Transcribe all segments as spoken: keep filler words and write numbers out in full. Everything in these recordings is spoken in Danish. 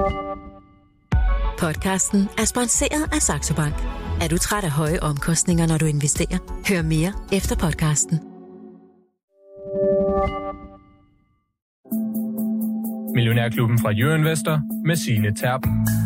Podcasten er sponsoreret af Saxo Bank. Er du træt af høje omkostninger, når du investerer? Hør mere efter podcasten. Millionærklubben fra Jørgen Investor med Signe Terp.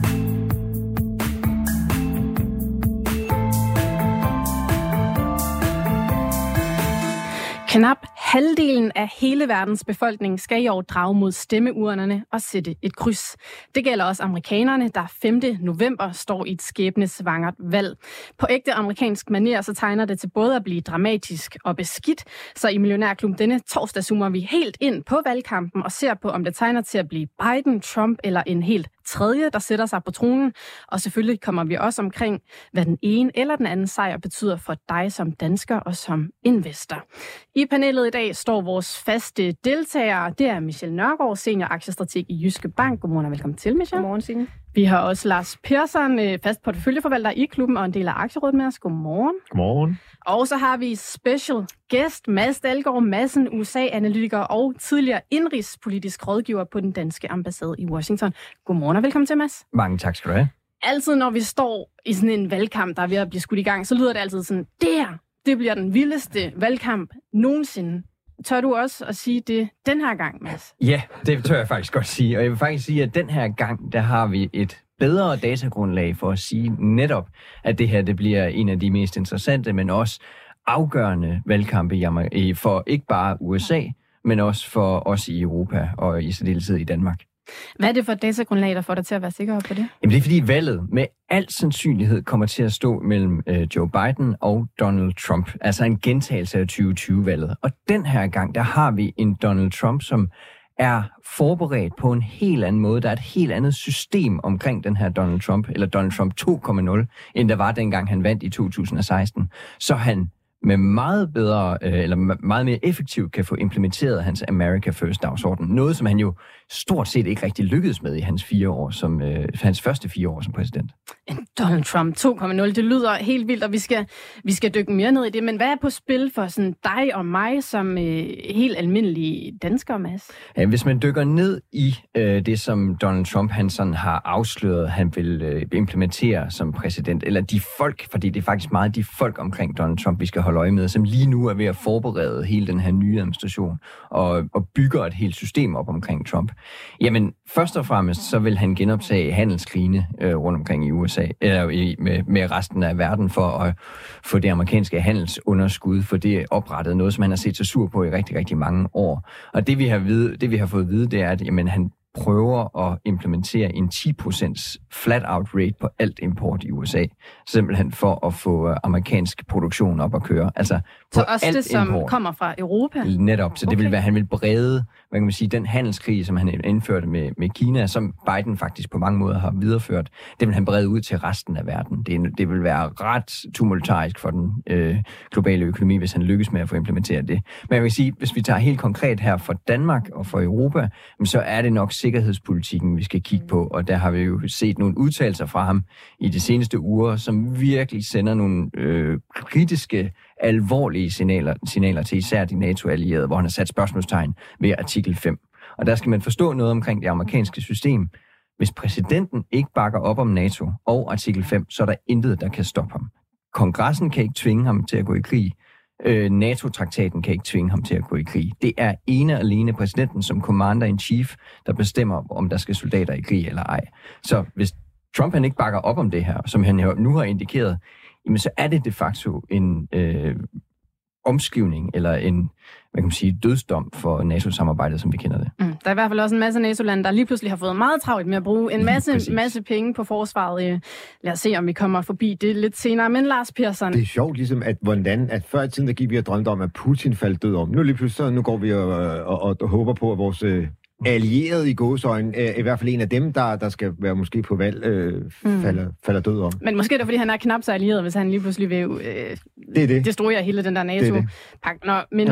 Knap halvdelen af hele verdens befolkning skal i år drage mod stemmeurnerne og sætte et kryds. Det gælder også amerikanerne, der femte november står i et skæbnesvangert valg. På ægte amerikansk manér så tegner det til både at blive dramatisk og beskidt. Så i Millionærklubben denne torsdag zoomer vi helt ind på valgkampen og ser på, om det tegner til at blive Biden, Trump eller en helt tredje, der sætter sig på tronen. Og selvfølgelig kommer vi også omkring, hvad den ene eller den anden sejr betyder for dig som dansker og som investor. I panelet i dag står vores faste deltagere. Det er Michelle Nørgaard, senior aktiestrateg i Jyske Bank. Godmorgen og velkommen til, Michelle. Godmorgen, Signe. Vi har også Lars Persson, fast porteføljeforvalter i klubben og en del af aktierådet med os. Godmorgen. Godmorgen. Og så har vi special guest Mads Dalgaard Madsen, U S A-analytiker og tidligere indrigspolitisk rådgiver på den danske ambassade i Washington. Godmorgen og velkommen til, Mads. Mange tak skal du have. Altid når vi står i sådan en valgkamp, der er ved at blive skudt i gang, så lyder det altid sådan, det her, det bliver den vildeste valgkamp nogensinde. Tør du også at sige det den her gang, Mads? Ja, det tør jeg faktisk godt sige. Og jeg vil faktisk sige, at den her gang, der har vi et bedre datagrundlag for at sige netop, at det her det bliver en af de mest interessante, men også afgørende valgkampe for ikke bare U S A, men også for os i Europa og i særdeleshed i Danmark. Hvad er det for et datagrundlag, der får dig til at være sikker på det? Jamen det er fordi valget med al sandsynlighed kommer til at stå mellem øh, Joe Biden og Donald Trump. Altså en gentagelse af tyve tyve-valget. Og den her gang, der har vi en Donald Trump, som er forberedt på en helt anden måde. Der er et helt andet system omkring den her Donald Trump, eller Donald Trump to punkt nul, end der var dengang han vandt i to tusind og seksten. Så han med meget bedre, eller meget mere effektivt kan få implementeret hans America First-dagsorden. Noget, som han jo stort set ikke rigtig lykkedes med i hans fire år som, øh, hans første fire år som præsident. En Donald Trump to punkt nul, det lyder helt vildt, og vi skal, vi skal dykke mere ned i det. Men hvad er på spil for sådan dig og mig som øh, helt almindelige danskere, Mads? Ja, hvis man dykker ned i øh, det, som Donald Trump han sådan har afsløret, han vil øh, implementere som præsident, eller de folk, fordi det er faktisk meget de folk omkring Donald Trump, vi skal holde øje med, som lige nu er ved at forberede hele den her nye administration og, og bygger et helt system op omkring Trump. Jamen, først og fremmest, så vil han genoptage handelskrigene øh, rundt omkring i U S A, eller i, med, med resten af verden, for at få det amerikanske handelsunderskud, for det er oprettet noget, som han har set sig sur på i rigtig, rigtig mange år. Og det vi har, vide, det, vi har fået at vide, det er, at jamen, han prøver at implementere en ti procent flat-out rate på alt import i U S A, simpelthen for at få amerikansk produktion op at køre. Altså så også det, som import kommer fra Europa? Netop, så det okay. vil være, han vil brede, hvad kan man sige, den handelskrig, som han indførte med, med Kina, som Biden faktisk på mange måder har videreført, det vil han brede ud til resten af verden. Det, det vil være ret tumultarisk for den øh, globale økonomi, hvis han lykkes med at få implementeret det. Men jeg vil sige, hvis vi tager helt konkret her for Danmark og for Europa, så er det nok sikkerhedspolitikken, vi skal kigge på, og der har vi jo set nogle udtalelser fra ham i de seneste uger, som virkelig sender nogle øh, kritiske, alvorlige signaler, signaler til især de NATO-allierede, hvor han har sat spørgsmålstegn ved artikel fem. Og der skal man forstå noget omkring det amerikanske system. Hvis præsidenten ikke bakker op om NATO og artikel fem, så er der intet, der kan stoppe ham. Kongressen kan ikke tvinge ham til at gå i krig. Øh, NATO-traktaten kan ikke tvinge ham til at gå i krig. Det er ene og alene præsidenten som commander-in-chief, der bestemmer, om der skal soldater i krig eller ej. Så hvis Trump han ikke bakker op om det her, som han nu har indikeret, jamen så er det de facto en øh, omskrivning eller en, hvad kan man sige, dødsdom for NATO-samarbejdet, som vi kender det. Mm. Der er i hvert fald også en masse NATO-lande, der lige pludselig har fået meget travlt med at bruge en masse, masse penge på forsvaret. Lad os se, om vi kommer forbi det lidt senere. Men Lars Persson... Det er sjovt, ligesom at hvordan, at før i tiden, der gik vi og drømte om, at Putin faldt død om. Nu lige pludselig, så nu går vi og, og, og, og håber på, at vores... Øh, allieret i gåseøjne, i hvert fald en af dem, der, der skal være måske på valg, øh, mm. falder, falder død om. Men måske er det, fordi han er knap så allieret, hvis han lige pludselig vil øh, det det. destruere hele den der NATO-pagt. Nå, men ja. øh,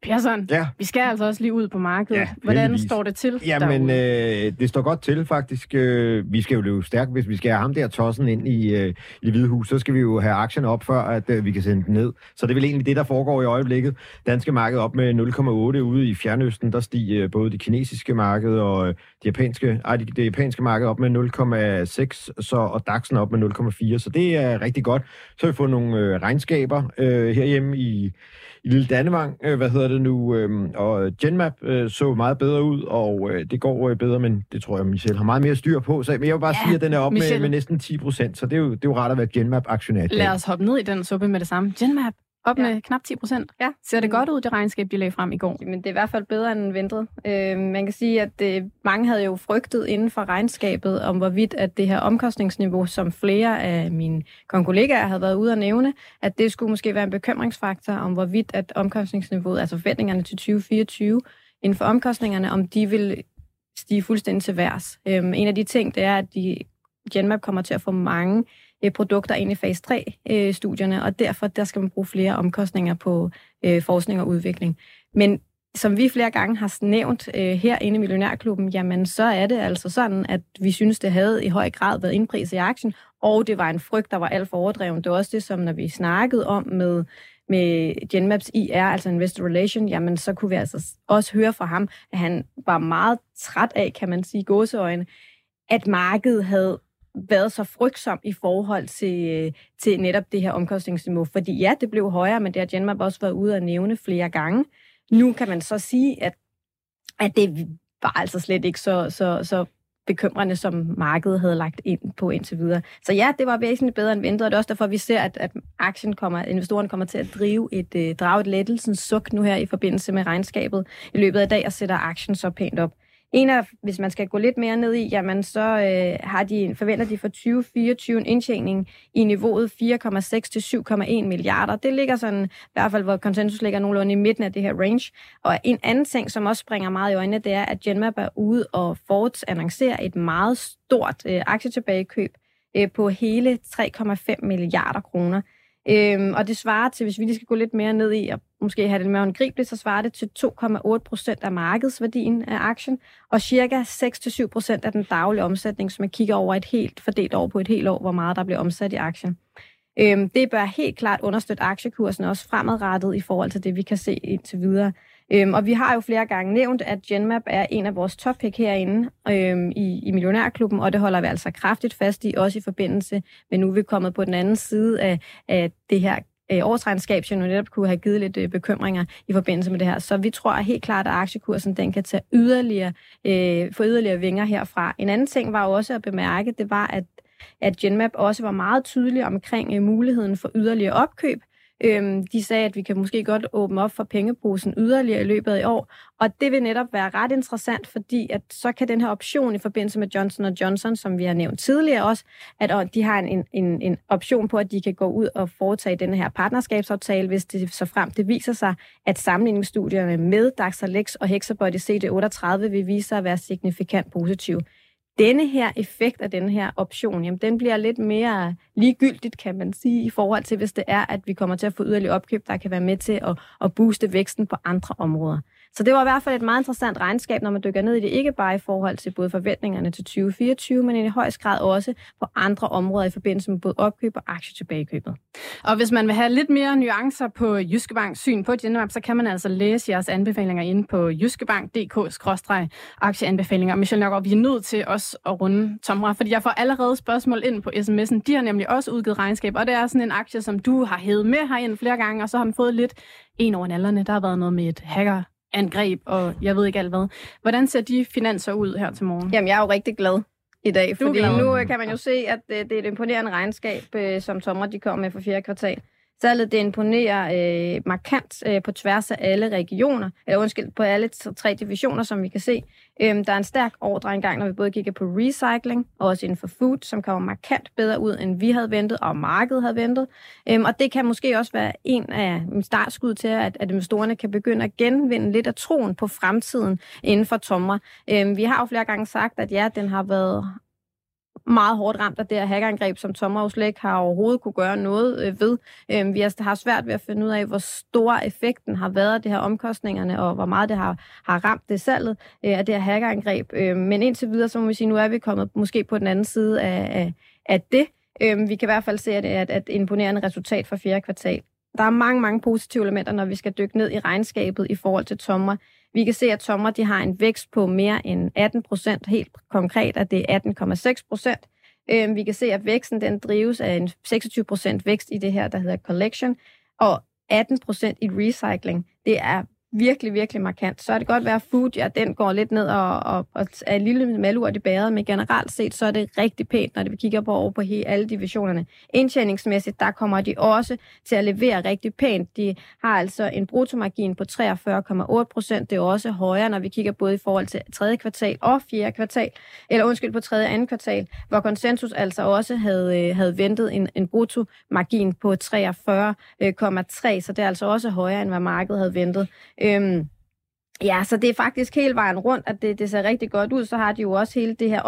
Persson, ja. Vi skal altså også lige ud på markedet. Ja, hvordan heldigvis. Står det til Jamen, øh, det står godt til, faktisk. Vi skal jo løbe stærkt. Hvis vi skal have ham der tossen ind i, øh, i Hvide Hus, så skal vi jo have aktierne op, før at, øh, vi kan sende den ned. Så det er vel egentlig det, der foregår i øjeblikket. Danske marked op med nul komma otte ude i Fjernøsten. Der stiger øh, både det kinesiske marked og øh, det japanske, ej, det, det japanske marked op med nul komma seks, så, og DAX'en op med nul komma fire. Så det er rigtig godt. Så har vi fået nogle øh, regnskaber øh, herhjemme i I lille Dannevang, øh, hvad hedder det nu, øh, og Genmap øh, så meget bedre ud, og øh, det går øh, bedre, men det tror jeg, Michelle har meget mere styr på. Så, men jeg vil bare ja, sige, at den er op med, med næsten ti procent, så det er jo, det er jo rart at være Genmap-aktionær. Lad os hoppe ned i den suppe med det samme. Genmap, op ja. med knap ti procent. Ja. Ser det godt ud, det regnskab, de lagde frem i går? Men det er i hvert fald bedre end ventet. Øh, man kan sige, at øh, mange havde jo frygtet inden for regnskabet, om hvorvidt at det her omkostningsniveau, som flere af mine kollegaer havde været ude at nævne, at det skulle måske være en bekymringsfaktor, om hvorvidt at omkostningsniveauet, altså forventningerne til tyve fireogtyve, inden for omkostningerne, om de vil stige fuldstændig til værs. Øh, en af de ting, det er, at de, Genmap kommer til at få mange produkter ind i fase tre-studierne, og derfor der skal man bruge flere omkostninger på øh, forskning og udvikling. Men som vi flere gange har nævnt øh, herinde i Millionærklubben, jamen så er det altså sådan, at vi synes, det havde i høj grad været indpriset i aktien, og det var en frygt, der var alt for overdreven. Det var også det, som når vi snakkede om med, med Genmaps I R, altså Investor Relation, jamen så kunne vi altså også høre fra ham, at han var meget træt af, kan man sige, gåseøjne, at markedet havde været så frygtsom i forhold til, til netop det her omkostningsniveau. Fordi ja, det blev højere, men det har Genmap også været ude at nævne flere gange. Nu kan man så sige, at, at det var altså slet ikke så, så, så bekymrende, som markedet havde lagt ind på indtil videre. Så ja, det var væsentligt bedre end ventet, og det er også derfor, vi ser, at, at aktien kommer, investorerne kommer til at drive et, uh, drage et lettelsens suk nu her i forbindelse med regnskabet i løbet af dag, og sætter aktien så pænt op. En af, hvis man skal gå lidt mere ned i, jamen så øh, har de, forventer de for tyve fireogtyve en indtjening i niveauet fire komma seks til syv komma en milliarder. Det ligger sådan, i hvert fald hvor konsensus ligger nogenlunde i midten af det her range. Og en anden ting, som også springer meget i øjnene, det er, at Genmap er ude og forudannoncerer et meget stort øh, aktietilbagekøb øh, på hele tre komma fem milliarder kroner. Øhm, og det svarer til, hvis vi lige skal gå lidt mere ned i, og måske have det mere håndgribeligt, så svarer det til to komma otte procent af markedsværdien af aktien, og cirka seks til syv procent af den daglige omsætning, som man kigger over et helt fordelt år på et helt år, hvor meget der bliver omsat i aktien. Øhm, det bør helt klart understøtte aktiekursen også fremadrettet i forhold til det, vi kan se indtil videre. Øhm, og vi har jo flere gange nævnt, at Genmap er en af vores top-pick herinde øhm, i, i Millionærklubben, og det holder vi altså kraftigt fast i, også i forbindelse med nu vi er kommet på den anden side af, af det her øh, årsregnskab, som jo netop kunne have givet lidt øh, bekymringer i forbindelse med det her. Så vi tror helt klart, at aktiekursen den kan tage yderligere, øh, få yderligere vinger herfra. En anden ting var også at bemærke, det var, at, at Genmap også var meget tydelig omkring øh, muligheden for yderligere opkøb. Øhm, de sagde, at vi kan måske godt åbne op for pengeposen yderligere i løbet af i år, og det vil netop være ret interessant, fordi at så kan den her option i forbindelse med Johnson og Johnson, som vi har nævnt tidligere også, at de har en, en, en option på, at de kan gå ud og foretage denne her partnerskabsaftale, hvis det så frem det viser sig, at sammenligningsstudierne med Daxalex og Hexabody C D otteogtredive vil vise sig at være signifikant positive. Denne her effekt af denne her option, jamen, den bliver lidt mere ligegyldigt, kan man sige, i forhold til, hvis det er, at vi kommer til at få yderligere opkøb, der kan være med til at, at booste væksten på andre områder. Så det var i hvert fald et meget interessant regnskab, når man dykker ned i det, ikke bare i forhold til både forventningerne til tyve fireogtyve, men i højst grad også på andre områder i forbindelse med både opkøb og aktietilbagekøbet. Og hvis man vil have lidt mere nuancer på Jyske Banks syn på Genmap, så kan man altså læse jeres anbefalinger inde på jyskebank punktum d k skråstreg aktieanbefalinger. Michelle Nørgaard, vi er nødt til også at runde Tomra, fordi jeg får allerede spørgsmål ind på sms'en. De har nemlig også udgivet regnskab, og det er sådan en aktie, som du har hævet med herind flere gange, og så har den fået lidt en over nallerne. Der har været noget med et hacker angreb, og jeg ved ikke alt hvad. Hvordan ser de finanser ud her til morgen? Jamen, jeg er jo rigtig glad i dag, fordi nu kan man jo se, at det er et imponerende regnskab, som Tomra de kommer med for fjerde kvartal. Salget det imponerer øh, markant øh, på tværs af alle regioner, eller undskyld, på alle tre divisioner, som vi kan se. Øhm, der er en stærk ordre engang, når vi både kigger på recycling, og også inden for food, som kommer markant bedre ud, end vi havde ventet, og markedet havde ventet. Øhm, og det kan måske også være en af startskud til, at, at investorerne kan begynde at genvinde lidt af troen på fremtiden inden for Tomra. Øhm, vi har jo flere gange sagt, at ja, den har været meget hårdt ramt af det her hackerangreb, som Tomra jo slet ikke har overhovedet kunne gøre noget øh, ved. Øh, vi har svært ved at finde ud af, hvor stor effekten har været af det her omkostningerne, og hvor meget det har, har ramt det salget øh, af det her hackerangreb. Øh, men indtil videre, så må vi sige, nu er vi kommet måske på den anden side af, af, af det. Øh, vi kan i hvert fald se, at det er et, et imponerende resultat for fjerde kvartal. Der er mange, mange positive elementer, når vi skal dykke ned i regnskabet i forhold til Tomra. Vi kan se, at Tomra de har en vækst på mere end atten procent. Helt konkret, at det er atten komma seks procent. Vi kan se, at væksten den drives af en seksogtyve procent vækst i det her, der hedder collection, og atten procent i recycling. Det er virkelig, virkelig markant. Så er det godt være, at food, ja, den går lidt ned og, og, og er en lille malurt i bæret, men generelt set, så er det rigtig pænt, når vi kigger på over på hele, alle divisionerne. Indtjeningsmæssigt, der kommer de også til at levere rigtig pænt. De har altså en bruttomargin på treogfyrre komma otte procent. Det er også højere, når vi kigger både i forhold til tredje kvartal og fjerde kvartal, eller undskyld på tredje og anden kvartal, hvor Consensus altså også havde, havde ventet en, en bruttomargin på treogfyrre komma tre, så det er altså også højere, end hvad markedet havde ventet. Øhm, ja, så det er faktisk hele vejen rundt, at det, det ser rigtig godt ud. Så har de jo også hele det her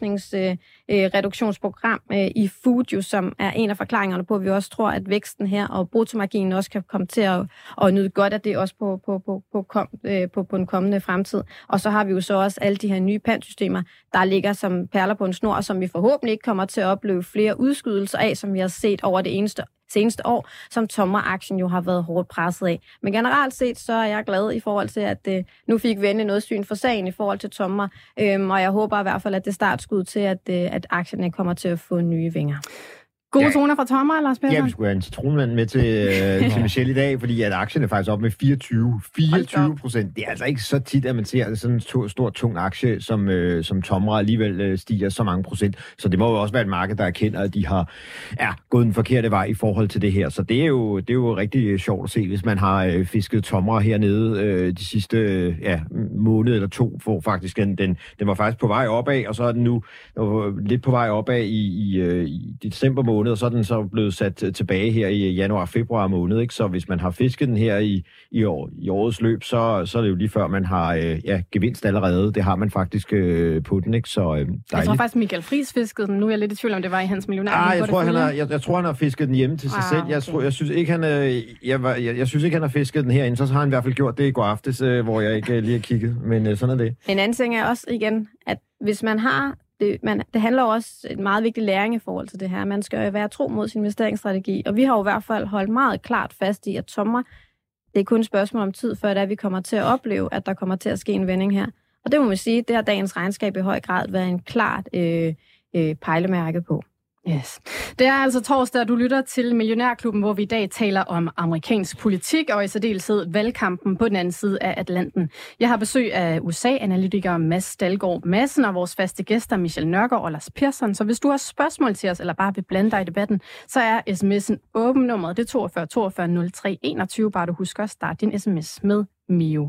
omkostningsreduktionsprogram øh, øh, i Food, jo, som er en af forklaringerne på, at vi også tror, at væksten her og bruttomarginen også kan komme til at, at nyde godt af det også på, på, på, på, kom, øh, på, på en kommende fremtid. Og så har vi jo så også alle de her nye pantsystemer, der ligger som perler på en snor, som vi forhåbentlig ikke kommer til at opleve flere udskydelser af, som vi har set over det eneste seneste år, som Tomra-aktien jo har været hårdt presset af. Men generelt set, så er jeg glad i forhold til, at øh, nu fik vi endelig noget syn for sagen i forhold til Tomra, øhm, og jeg håber i hvert fald, at det startskud til, at, øh, at aktierne kommer til at få nye vinger. Gode toner fra Tomra, Lars Persson? Ja, vi skulle have en citronvand med til, øh, til Michelle i dag, fordi at aktien er faktisk op med fireogtyve procent. Det er altså ikke så tit, at man ser sådan en stor, stor tung aktie, som, øh, som Tomra alligevel øh, stiger så mange procent. Så det må jo også være et marked, der erkender, at de har ja, gået den forkerte vej i forhold til det her. Så det er jo, det er jo rigtig sjovt at se, hvis man har øh, fisket Tomra hernede øh, de sidste øh, ja, måned eller to, for faktisk den, den, den var faktisk på vej opad, og så er den nu øh, lidt på vej opad i, i, øh, i december måned, og så er den så blevet sat tilbage her i januar-februar måned, ikke? Så hvis man har fisket den her i, i, år, i årets løb, så, så er det jo lige før, man har øh, ja, gevinst allerede. Det har man faktisk øh, på den, ikke? Så øh, dejligt. Jeg tror faktisk, Michael Friis fiskede den. Nu er jeg lidt i tvivl om, det var i hans millionær. Ah, jeg, tror, han har, jeg, jeg tror, han har fisket den hjemme til sig ah, selv. Jeg, okay. tror, jeg, synes ikke, han, øh, jeg, var, jeg, jeg synes ikke, han har fisket den herinde. Så har han i hvert fald gjort det i går aftes, øh, hvor jeg ikke øh, lige har kigget. Men øh, sådan er det. En anden ting er også igen, at hvis man har Det, man, det handler også en meget vigtig læring i forhold til det her. Man skal jo være tro mod sin investeringsstrategi, og vi har jo i hvert fald holdt meget klart fast i, at Tomra, det er kun et spørgsmål om tid, før det vi kommer til at opleve, at der kommer til at ske en vending her. Og det må man sige, det har dagens regnskab i høj grad været en klart øh, øh, pejlemærke på. Yes. Det er altså torsdag, du lytter til Millionærklubben, hvor vi i dag taler om amerikansk politik og i særdeleshed valgkampen på den anden side af Atlanten. Jeg har besøg af U S A-analytiker Mads Dalgaard Madsen og vores faste gæster Michelle Nørgaard og Lars Persson. Så hvis du har spørgsmål til os eller bare vil blande dig i debatten, så er sms'en åben. Nummeret det er toogfyrre toogfyrre nul tre enogtyve. Bare du husker at starte din sms med Mio.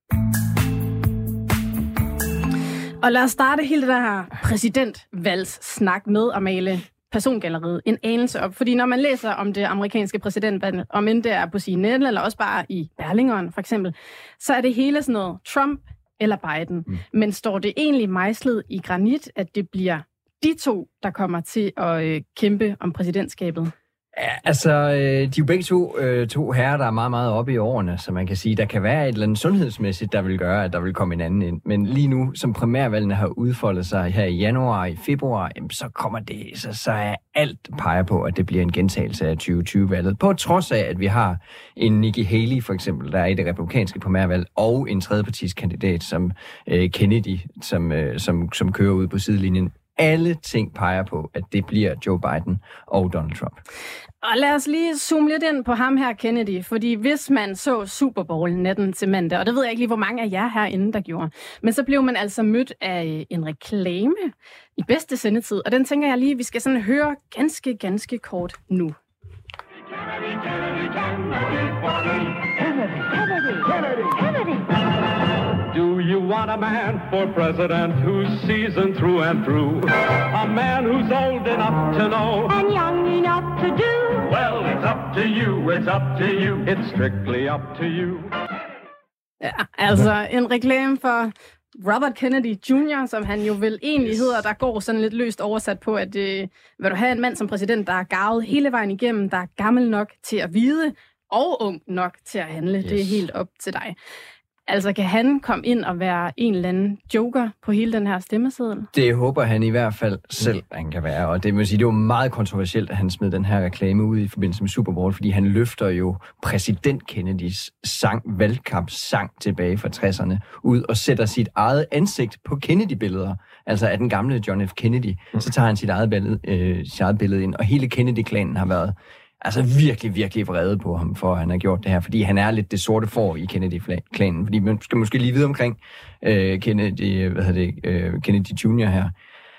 Og lad os starte hele det der præsidentvalgssnak med at male persongalleriet en anelse op. Fordi når man læser om det amerikanske præsidentvalg, om end det er på C N N eller også bare i Berlingeren for eksempel, så er det hele sådan noget Trump eller Biden. Mm. Men står det egentlig mejslet i granit, at det bliver de to, der kommer til at øh, kæmpe om præsidentskabet? Ja, altså, øh, de er jo begge to, øh, to herrer, der er meget, meget oppe i årene, så man kan sige, der kan være et eller andet sundhedsmæssigt, der vil gøre, at der vil komme en anden ind. Men lige nu, som primærvalgene har udfoldet sig her i januar og i februar, jamen, så kommer det, så, så er alt peger på, at det bliver en gentagelse af tyve tyve-valget. På trods af, at vi har en Nikki Haley, for eksempel, der er i det republikanske primærvalg, og en tredjepartiskandidat som øh, Kennedy, som, øh, som, som kører ud på sidelinjen. Alle ting peger på, at det bliver Joe Biden og Donald Trump. Og lad os lige zoome lidt ind på ham her, Kennedy, fordi hvis man så Super Bowl natten til mandag, og det ved jeg ikke lige, hvor mange af jer herinde, der gjorde, men så blev man altså mødt af en reklame i bedste sendetid, og den tænker jeg lige, vi skal sådan høre ganske, ganske kort nu. Kennedy, Kennedy, Kennedy, Kennedy, Kennedy, Kennedy. Do you want a man for president who's seasoned through and through? A man who's old enough to know and young enough to do? Well, it's up to you, it's up to you, it's strictly up to you. Ja, altså en reklame for Robert Kennedy junior, som han jo vel egentlig yes. hedder, der går sådan lidt løst oversat på, at øh, vil du have en mand som præsident, der er garvet hele vejen igennem, der er gammel nok til at vide, og ung nok til at handle. Yes. Det er helt op til dig. Altså, kan han komme ind og være en eller anden joker på hele den her stemmeseddel? Det håber han i hvert fald selv, han kan være. Og det må sige, det er jo meget kontroversielt, at han smed den her reklame ud i forbindelse med Super Bowl, fordi han løfter jo præsident Kennedys sang, valgkampssang tilbage fra tresserne ud og sætter sit eget ansigt på Kennedy-billeder. Altså af den gamle John F. Kennedy. Så tager han sit eget billede, øh, sit eget billede ind, og hele Kennedy-klanen har været altså virkelig, virkelig vrede på ham, for at han har gjort det her, fordi han er lidt det sorte får i Kennedy-klanen. Fordi man skal måske lige vide omkring øh, Kennedy, hvad hedder det, øh, Kennedy junior her.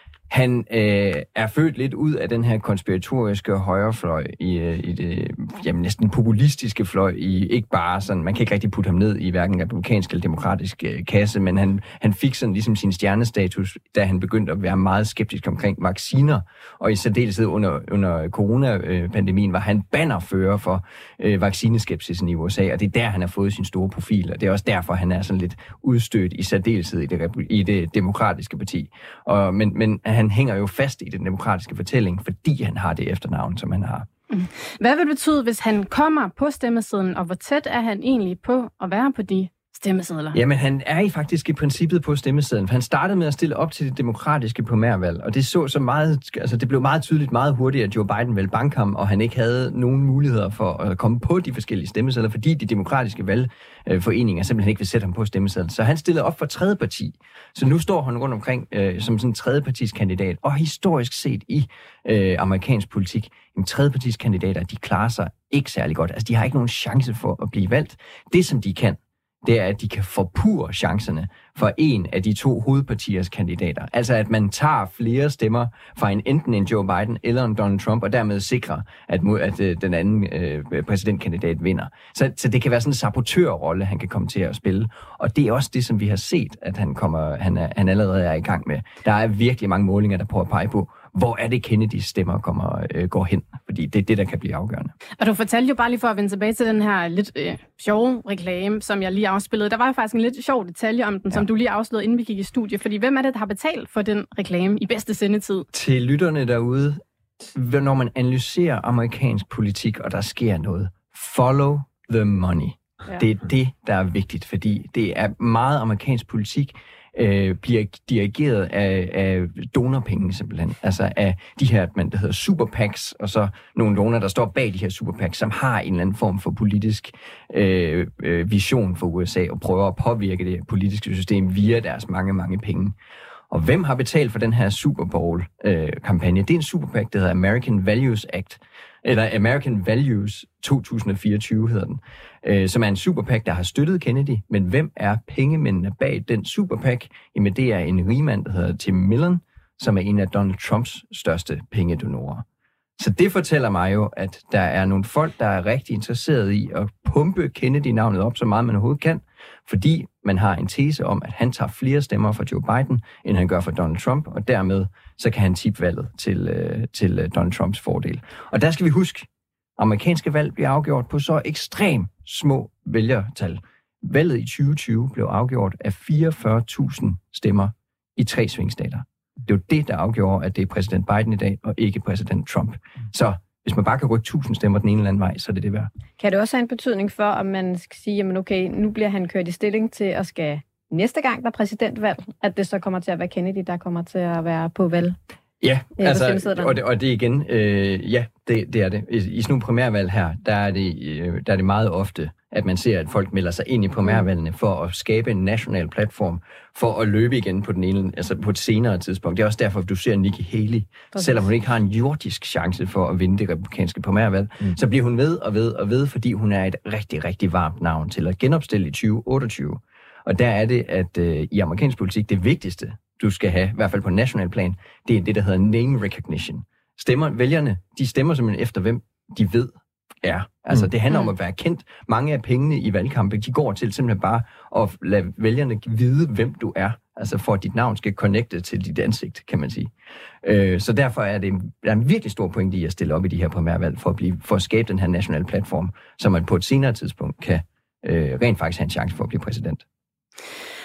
Han øh, er født lidt ud af den her konspiratoriske højrefløj i, øh, i det jamen, næsten populistiske fløj i ikke bare sådan, man kan ikke rigtig putte ham ned i hverken republikansk eller demokratisk øh, kasse, men han, han fik sådan ligesom sin stjernestatus, da han begyndte at være meget skeptisk omkring vacciner, og i særdeleshed under, under coronapandemien var han bannerfører for øh, vaccineskepsisen i U S A, og det er der, han har fået sin store profil, og det er også derfor, han er sådan lidt udstødt i særdeleshed i det, i det demokratiske parti. Og, men, men han hænger jo fast i den demokratiske fortælling, fordi han har det efternavn, som han har. Hvad vil det betyde, hvis han kommer på stemmesedlen, og hvor tæt er han egentlig på at være på de stemmesedler? Jamen, han er i faktisk i princippet på stemmesedlen. Han startede med at stille op til det demokratiske primærvalg, og det så så meget, altså det blev meget tydeligt meget hurtigt, at Joe Biden ville banke ham, og han ikke havde nogen muligheder for at komme på de forskellige stemmesedler, fordi de demokratiske valgforeninger simpelthen ikke vil sætte ham på stemmesedlen. Så han stillede op for tredje parti. Så nu står han rundt omkring øh, som sådan en tredjepartis kandidat, og historisk set i øh, amerikansk politik, en tredjepartis kandidater, de klarer sig ikke særlig godt. Altså, de har ikke nogen chance for at blive valgt. Det, som de kan, det er, at de kan forpurre chancerne for en af de to hovedpartiers kandidater. Altså, at man tager flere stemmer fra en, enten en Joe Biden eller en Donald Trump, og dermed sikrer, at, at øh, den anden øh, præsidentkandidat vinder. Så, så det kan være sådan en sabotørrolle, han kan komme til at spille. Og det er også det, som vi har set, at han, kommer, han, er, han allerede er i gang med. Der er virkelig mange målinger, der prøver at pege på, hvor er det Kennedys stemmer kommer, øh, går hen? Fordi det er det, der kan blive afgørende. Og du fortalte jo bare lige for at vende tilbage til den her lidt øh, sjove reklame, som jeg lige afspillede. Der var jo faktisk en lidt sjov detalje om den, ja. som du lige afslørede, inden vi gik i studie. Fordi hvem er det, der har betalt for den reklame i bedste sendetid? Til lytterne derude, når man analyserer amerikansk politik, og der sker noget, follow the money. Ja. Det er det, der er vigtigt, fordi det er meget amerikansk politik, Øh, bliver dirigeret af, af donorpenge simpelthen. Altså af de her, man, der hedder super PACs, og så nogle donorer, der står bag de her super PACs, som har en eller anden form for politisk øh, øh, vision for U S A, og prøver at påvirke det politiske system via deres mange, mange penge. Og hvem har betalt for den her Super Bowl-kampagne? Øh, det er en super PAC, der hedder American Values Act, eller American Values to tusind fireogtyve hedder den, øh, som er en super PAC, der har støttet Kennedy. Men hvem er pengemændene bag den super PAC? Jamen det er en rigmand, der hedder Tim Millen, som er en af Donald Trumps største pengedonorer. Så det fortæller mig jo, at der er nogle folk, der er rigtig interesserede i at pumpe Kennedy-navnet op så meget, man overhovedet kan, fordi man har en tese om, at han tager flere stemmer fra Joe Biden, end han gør for Donald Trump, og dermed så kan han tippe valget til, øh, til Donald Trumps fordel. Og der skal vi huske, amerikanske valg bliver afgjort på så ekstremt små vælgertal. Valget i tyve tyve blev afgjort af fireogfyrre tusind stemmer i tre svingstater. Det er jo det, der afgjorde, at det er præsident Biden i dag, og ikke præsident Trump. Så hvis man bare kan rykke tusind stemmer den ene eller anden vej, så er det det værd. Kan det også have en betydning for, om man skal sige, jamen okay, nu bliver han kørt i stilling til at skal næste gang, der er præsidentvalg, at det så kommer til at være Kennedy, der kommer til at være på valg? Ja, altså, og, det, og det igen, øh, ja, det, det er det. I, i sådan nogle primærvalg her, der er, det, øh, der er det meget ofte, at man ser, at folk melder sig ind i primærvalgene for at skabe en national platform, for at løbe igen på den ene, altså på et senere tidspunkt. Det er også derfor, at du ser Nikki Haley, Præcis. selvom hun ikke har en jordisk chance for at vinde det republikanske primærvalg, mm. så bliver hun ved og ved og ved, fordi hun er et rigtig, rigtig varmt navn til at genopstille i tyve otteogtyve. Og der er det, at øh, i amerikansk politik, det vigtigste, du skal have, i hvert fald på national plan, det er det, der hedder name recognition. Stemmer, vælgerne, de stemmer simpelthen efter, hvem de ved er. Altså, det handler om at være kendt. Mange af pengene i valgkampe, de går til simpelthen bare at lade vælgerne vide, hvem du er. Altså, for at dit navn skal connecte til dit ansigt, kan man sige. Øh, så derfor er det en, er en virkelig stor pointe i at stille op i de her primærvalg, for at, blive, for at skabe den her nationale platform, så man på et senere tidspunkt kan øh, rent faktisk have en chance for at blive præsident.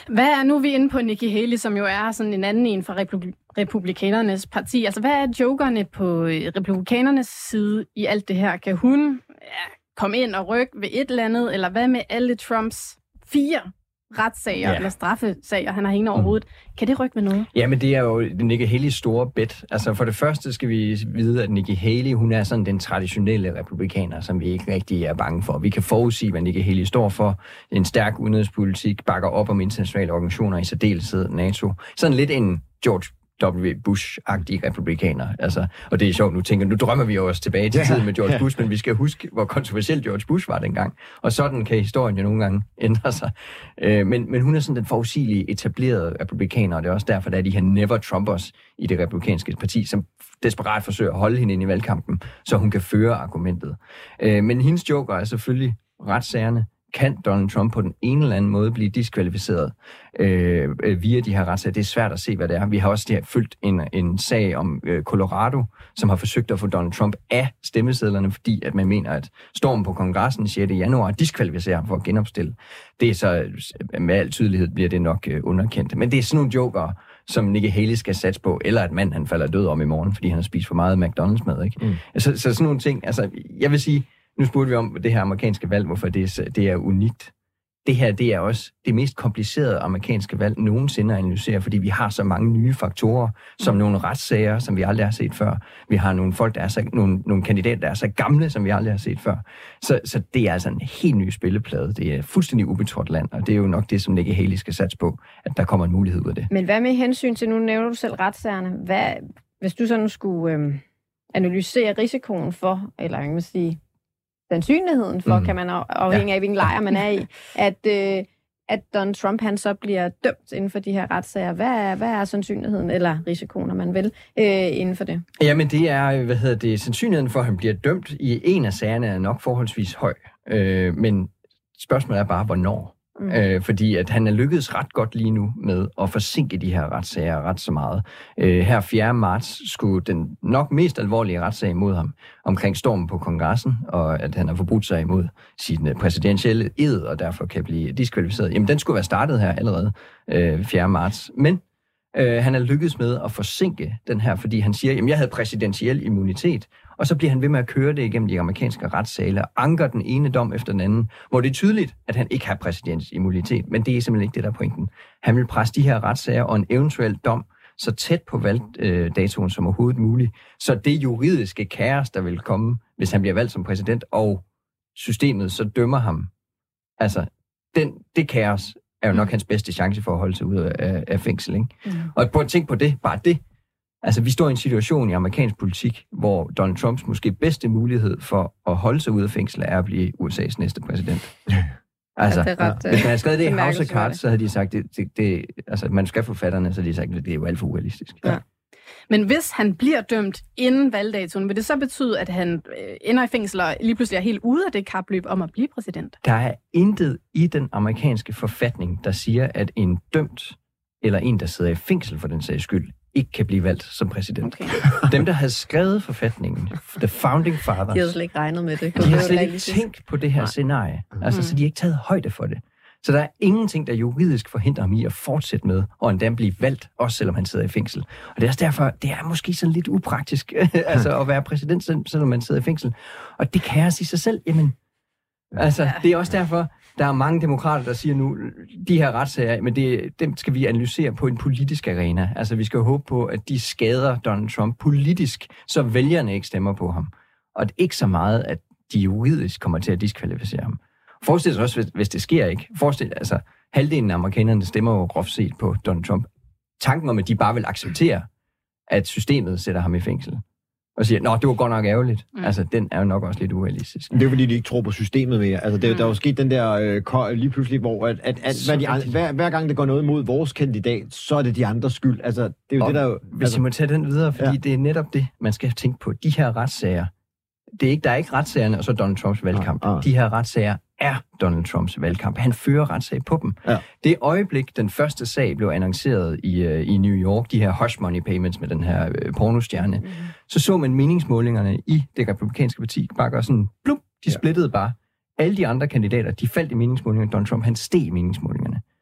Hvad er nu vi er inde på Nikki Haley, som jo er sådan en anden en fra Republi- Republikanernes parti? Altså, hvad er jokerne på Republikanernes side i alt det her? Kan hun ja, komme ind og rykke ved et eller andet, eller hvad med alle Trumps fire retssager yeah. eller straffesager, han har hængende over hovedet? Kan det rykke med noget? Ja, men det er jo Nikki Haley's store bet. Altså for det første skal vi vide, at Nikki Haley, hun er sådan den traditionelle republikaner, som vi ikke rigtig er bange for. Vi kan forudsige, hvad Nikki Haley står for. En stærk udenrigspolitik, bakker op om internationale organisationer, i særdeleshed NATO. Sådan lidt en George W. Bush-agtige republikaner. Altså, og det er sjovt, nu tænker nu drømmer vi jo også tilbage til ja, tiden med George ja. Bush, men vi skal huske, hvor kontroversiel George Bush var dengang. Og sådan kan historien jo nogle gange ændre sig. Øh, men, men hun er sådan den forudsigelige, etablerede republikaner, og det er også derfor, der er de her never-Trumpers i det republikanske parti, som desperat forsøger at holde hende ind i valgkampen, så hun kan føre argumentet. Øh, men hendes joker er selvfølgelig retssagerne. Kan Donald Trump på den ene eller anden måde blive diskvalificeret øh, via de her retssager? Det er svært at se, hvad det er. Vi har også der følgt en, en sag om øh, Colorado, som har forsøgt at få Donald Trump af stemmesedlerne, fordi at man mener, at stormen på kongressen sjette januar diskvalificerer ham for at genopstille. Det er så, med al tydelighed bliver det nok øh, underkendt. Men det er sådan nogle joker, som Nikki Haley skal satse på, eller at mand han falder død om i morgen, fordi han har spist for meget McDonald's-mad, ikke? Mm. Så, så sådan nogle ting, altså, jeg vil sige, nu spurgte vi om det her amerikanske valg, hvorfor det er, det er unikt. Det her, det er også det mest komplicerede amerikanske valg nogensinde at analysere, fordi vi har så mange nye faktorer, som nogle retssager, som vi aldrig har set før. Vi har nogle folk, der er så, nogle, nogle kandidater, der er så gamle, som vi aldrig har set før. Så, så det er altså en helt ny spilleplade. Det er fuldstændig ubetrådt land, og det er jo nok det, som Nikki Haley skal satse på, at der kommer en mulighed ud af det. Men hvad med hensyn til, nu nævner du selv retssagerne, hvad, hvis du sådan skulle øhm, analysere risikoen for, eller jeg kan sige, sandsynligheden for, mm. kan man afhængig af, hvilken lejr man er i, at, øh, at Donald Trump han så bliver dømt inden for de her retssager. Hvad er, hvad er sandsynligheden, eller risikoen, om man vil, øh, inden for det? Jamen, det er, hvad hedder det, sandsynligheden for, at han bliver dømt i en af sagerne er nok forholdsvis høj. Øh, men spørgsmålet er bare, hvornår? Mm. Øh, fordi at han er lykkedes ret godt lige nu med at forsinke de her retssager ret så meget. Øh, her fjerde marts skulle den nok mest alvorlige retssag imod ham omkring stormen på kongressen, og at han har forbrudt sig imod sin præsidentielle ed, og derfor kan blive diskvalificeret. Jamen, den skulle være startet her allerede øh, fjerde marts. Men øh, han er lykkedes med at forsinke den her, fordi han siger, jamen, jeg havde præsidentiel immunitet, og så bliver han ved med at køre det igennem de amerikanske retssale og anker den ene dom efter den anden, hvor det er tydeligt, at han ikke har præsidents immunitet, men det er simpelthen ikke det, der er pointen. Han vil presse de her retssager og en eventuel dom så tæt på valgdatoen som overhovedet muligt, så det juridiske kaos, der vil komme, hvis han bliver valgt som præsident, og systemet så dømmer ham. Altså, den, det kaos er jo nok hans bedste chance for at holde sig ud af, af fængsel, ikke? Mm. Og prøv at tænke på det, bare det. Altså, vi står i en situation i amerikansk politik, hvor Donald Trumps måske bedste mulighed for at holde sig ude af fængsel er at blive U S A's næste præsident. Altså, ja, ret, hvis man havde skrevet det i House of Cards, så havde de sagt, det, det, det, altså manuskriptforfatterne, så havde de sagt, det, det er jo alt for urealistisk. Ja. Ja. Men hvis han bliver dømt inden valgdatoen, vil det så betyde, at han øh, ender i fængsel og lige pludselig er helt ude af det kapløb om at blive præsident? Der er intet i den amerikanske forfatning, der siger, at en dømt eller en, der sidder i fængsel for den sags skyld, ikke kan blive valgt som præsident. Okay. Dem, der havde skrevet forfatningen, the founding fathers, de havde slet ikke regnet med det. De har slet ikke tænkt på det her Nej. scenarie. Altså, mm. så de har ikke taget højde for det. Så der er ingenting, der juridisk forhindrer ham i at fortsætte med, og endda blive valgt, også selvom han sidder i fængsel. Og det er også derfor, det er måske sådan lidt upraktisk, altså at være præsident, selvom man sidder i fængsel. Og det kan jeg sige sig selv, jamen, altså, det er også derfor, der er mange demokrater, der siger nu, de her retssager, men det, dem skal vi analysere på en politisk arena. Altså, vi skal håbe på, at de skader Donald Trump politisk, så vælgerne ikke stemmer på ham. Og det er ikke så meget, at de juridisk kommer til at diskvalificere ham. Forestil dig også, hvis, hvis det sker ikke. Forestil dig, altså, halvdelen af amerikanerne stemmer jo groft set på Donald Trump. Tanken om, at de bare vil acceptere, at systemet sætter ham i fængsel, og siger, nå, det var godt nok ærgerligt. Mm. Altså, den er jo nok også lidt urealistisk. Det er jo fordi, de ikke tror på systemet mere. Altså, det, mm. der er jo sket den der øh, lige pludselig, hvor at, at, at hver, de andre, hver, hver gang det går noget mod vores kandidat, så er det de andres skyld. Altså, det er jo og det, der jo... Hvis altså, jeg må tage den videre, fordi ja. det er netop det, man skal tænke på. De her retssager, det er ikke, der er ikke retssagerne, og så Donald Trumps valgkamp. Ah, ah. De her retssager er Donald Trumps valgkamp. Han fører retssag på dem. Ja. Det øjeblik, den første sag blev annonceret i, uh, i New York, de her hush money payments med den her uh, pornostjerne, mm. så så man meningsmålingerne i det republikanske parti bare gør sådan, blum, de splittede ja. bare. Alle de andre kandidater, de faldt i meningsmålingerne. Donald Trump, han steg i meningsmålingerne.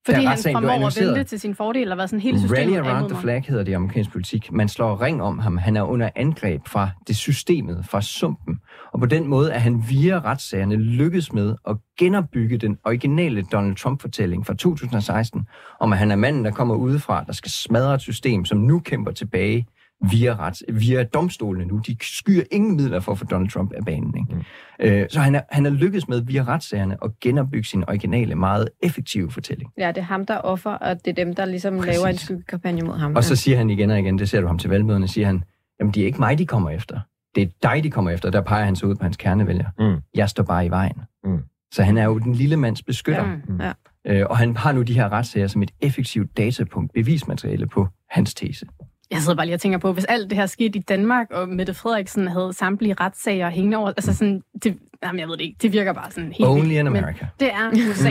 Fordi han formår at vente til sin fordel, eller hvad sådan hele systemet Rally around the flag hedder det i amerikansk politik. Man slår ring om ham. Han er under angreb fra det systemet, fra sumpen. Og på den måde er han via retssagerne lykkedes med at genopbygge den originale Donald Trump-fortælling fra to tusind og seksten, om at han er manden, der kommer udefra, der skal smadre et system, som nu kæmper tilbage via, ret, via domstolene nu. De skyer ingen midler for at få Donald Trump af banen. Ikke? Mm. Øh, så han er, han er lykkedes med via retssagerne at genopbygge sin originale, meget effektive fortælling. Ja, det er ham, der er offer, og det er dem, der ligesom Præcis. laver en skyggekampagne mod ham. Og så siger han igen og igen, det ser du ham til valgmøderne, siger han, jamen det er ikke mig, de kommer efter. Det er dig, de kommer efter. Der peger han så ud på hans kernevælger. Mm. Jeg står bare i vejen. Mm. Så han er jo den lille mands beskytter. Ja. Mm. Ja. Øh, og han har nu de her retssager som et effektivt datapunkt, bevismateriale på hans tese. Jeg sidder bare lige og tænker på, hvis alt det her skete i Danmark, og Mette Frederiksen havde samtlige retssager hængende over, altså sådan, det, jamen jeg ved det ikke, det virker bare sådan helt Only in America. Det er U S A.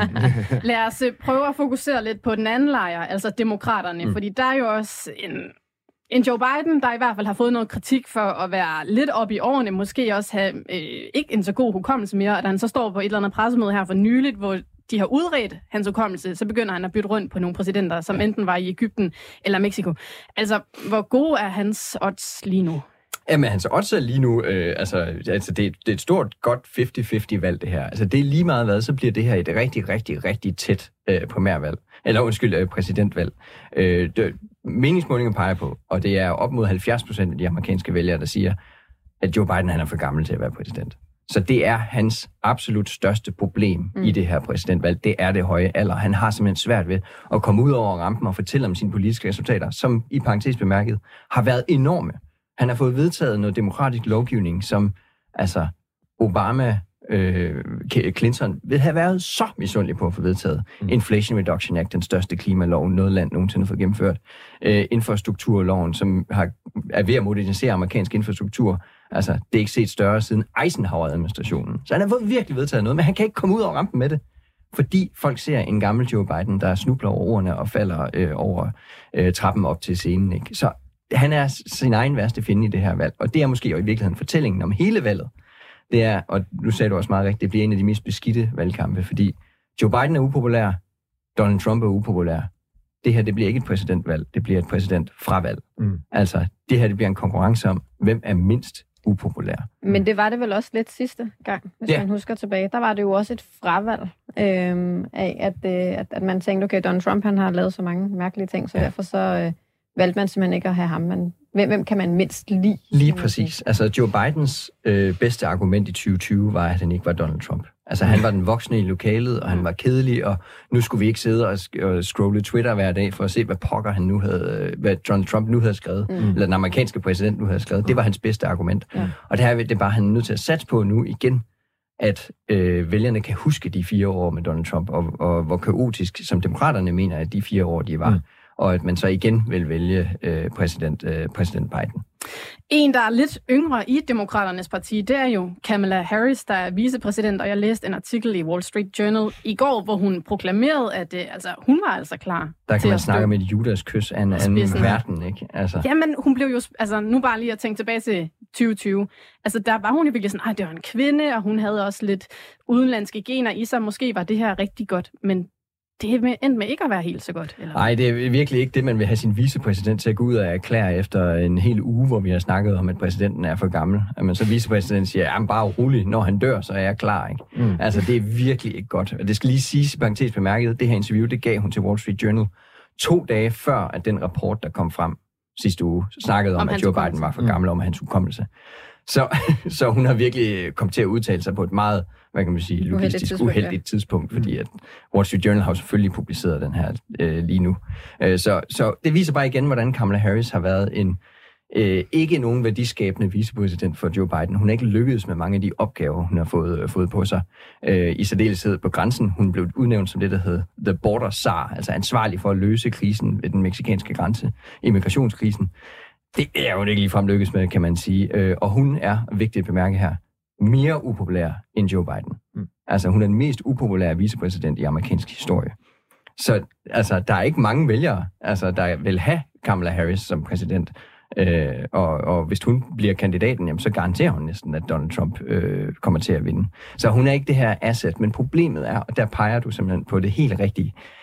Lad os prøve at fokusere lidt på den anden lejr, altså demokraterne, mm. fordi der er jo også en, en Joe Biden, der i hvert fald har fået noget kritik for at være lidt op i årene, måske også have øh, ikke en så god hukommelse mere, og da han så står på et eller andet pressemøde her for nyligt, hvor de har udredt hans hukommelse, så begynder han at bytte rundt på nogle præsidenter, som enten var i Egypten eller Mexico. Altså, hvor gode er hans odds lige nu? Jamen, hans odds er lige nu, øh, altså, altså det, det er et stort, godt halvtreds halvtreds valg, det her. Altså, det er lige meget hvad, så bliver det her et rigtig, rigtig, rigtig tæt øh, primærvalg. Eller undskyld, øh, præsidentvalg. Øh, det, meningsmålinger peger på, og det er op mod halvfjerds procent af de amerikanske vælgere, der siger, at Joe Biden han er for gammel til at være præsident. Så det er hans absolut største problem mm. i det her præsidentvalg. Det er det høje alder. Han har simpelthen svært ved at komme ud over rampen og fortælle om sine politiske resultater, som i parentes bemærket har været enorme. Han har fået vedtaget noget demokratisk lovgivning, som altså Obama, øh, Clinton vil have været så misundelig på at få vedtaget. Mm. Inflation Reduction Act, den største klimalov, noget land nogensinde har fået gennemført. Øh, infrastrukturloven, som har, er ved at modernisere amerikansk infrastruktur. Altså, det er ikke set større siden Eisenhower-administrationen. Så han har fået virkelig vedtaget noget, men han kan ikke komme ud over rampen med det. Fordi folk ser en gammel Joe Biden, der snubler over ordene og falder øh, over øh, trappen op til scenen. Ikke? Så han er sin egen værste fjende i det her valg. Og det er måske jo i virkeligheden fortællingen om hele valget. Det er, og nu sagde du også meget rigtigt, det bliver en af de mest beskidte valgkampe, fordi Joe Biden er upopulær, Donald Trump er upopulær. Det her, det bliver ikke et præsidentvalg, det bliver et præsidentfravalg. Mm. Altså, det her, det bliver en konkurrence om, hvem er mindst upopulær. Men det var det vel også lidt sidste gang, hvis ja. man husker tilbage. Der var det jo også et fravalg øh, af, at, øh, at, at man tænkte, okay, Donald Trump han har lavet så mange mærkelige ting, så ja. derfor så øh, valgte man simpelthen ikke at have ham. Men hvem, hvem kan man mindst lide? Lige præcis. Altså, Joe Bidens øh, bedste argument i tyve tyve var, at han ikke var Donald Trump. Altså, han var den voksne i lokalet, og han var kedelig, og nu skulle vi ikke sidde og, sk- og scrolle Twitter hver dag for at se, hvad pokker han nu havde, hvad Donald Trump nu havde skrevet, mm. eller den amerikanske præsident nu havde skrevet. Det var hans bedste argument. Ja. Og det her det er bare, han er nødt til at satse på nu igen, at øh, vælgerne kan huske de fire år med Donald Trump, og, og hvor kaotisk, som demokraterne mener, at de fire år, de var. Mm. Og at man så igen vil vælge øh, præsident, øh, præsident Biden. En, der er lidt yngre i Demokraternes parti, det er jo Kamala Harris, der er vicepræsident, og jeg læste en artikel i Wall Street Journal i går, hvor hun proklamerede, at øh, altså, hun var altså klar. Der kan man snakke om et Judas kys af en anden verden, ikke? Altså. Jamen, hun blev jo, altså nu bare lige at tænke tilbage til tyve tyve, altså der var hun jo virkelig sådan, at det var en kvinde, og hun havde også lidt udenlandske gener i sig, måske var det her rigtig godt, men det endte med ikke at være helt så godt. Nej, det er virkelig ikke det, man vil have sin vicepræsident til at gå ud og erklære efter en hel uge, hvor vi har snakket om, at præsidenten er for gammel. Men så vicepræsidenten siger, jamen bare rolig, når han dør, så er jeg klar. Ikke? Mm. Altså, det er virkelig ikke godt. Og det skal lige siges i parentes bemærket, det her interview, det gav hun til Wall Street Journal to dage før, at den rapport, der kom frem sidste uge, snakkede om, om at Joe Biden var for gammel, om hans hukommelse. Så, så hun har virkelig kommet til at udtale sig på et meget, hvad kan man sige, logistisk tidspunkt, uheldigt ja. tidspunkt, fordi at Wall Street Journal har selvfølgelig publiceret den her øh, lige nu. Øh, så, så det viser bare igen, hvordan Kamala Harris har været en øh, ikke nogen værdiskabende vicepræsident for Joe Biden. Hun har ikke lykkedes med mange af de opgaver, hun har fået, øh, fået på sig. Øh, I særdeleshed på grænsen. Hun blev udnævnt som det, der hedder The Border Czar, altså ansvarlig for at løse krisen ved den mexikanske grænse, immigrationskrisen. Det er jo ikke ligefrem lykkes med, kan man sige. Øh, og hun er, vigtigt at bemærke her, mere upopulær end Joe Biden. Mm. Altså, hun er den mest upopulære vicepræsident i amerikansk historie. Så altså, der er ikke mange vælgere, altså, der vil have Kamala Harris som præsident. Øh, og, og hvis hun bliver kandidaten, jamen, så garanterer hun næsten, at Donald Trump øh, kommer til at vinde. Så hun er ikke det her asset, men problemet er, og der peger du simpelthen på det helt rigtige,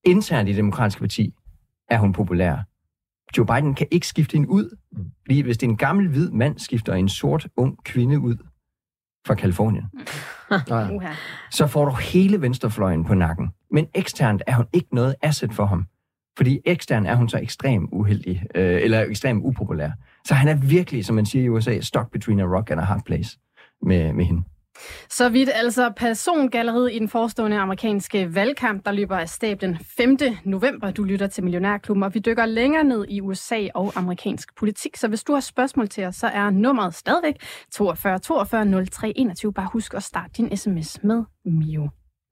internt i det demokratiske parti er hun populær. Joe Biden kan ikke skifte hende ud. Fordi hvis det er en gammel hvid mand, skifter en sort, ung kvinde ud fra Kalifornien, Uh-huh. så får du hele venstrefløjen på nakken. Men eksternt er hun ikke noget asset for ham. Fordi eksternt er hun så ekstremt uheldig, øh, eller ekstremt upopulær. Så han er virkelig, som man siger i U S A, stuck between a rock and a hard place med, med hende. Så vidt altså persongalleriet i den forestående amerikanske valgkamp, der løber af stablen femte november. Du lytter til Millionærklubben, og vi dykker længere ned i U S A og amerikansk politik. Så hvis du har spørgsmål til os, så er nummeret stadigvæk toogfyrre toogfyrre nul tre enogtyve. Bare husk at starte din sms med Mio.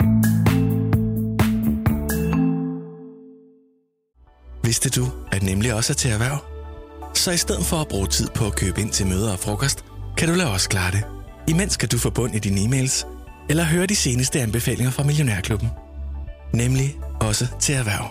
Vidste du, at Nemlig også er til erhverv? Så i stedet for at bruge tid på at købe ind til møder og frokost, kan du lade os klare det. Imens kan du få bund i dine e-mails, eller høre de seneste anbefalinger fra Millionærklubben. Nemlig også til erhverv.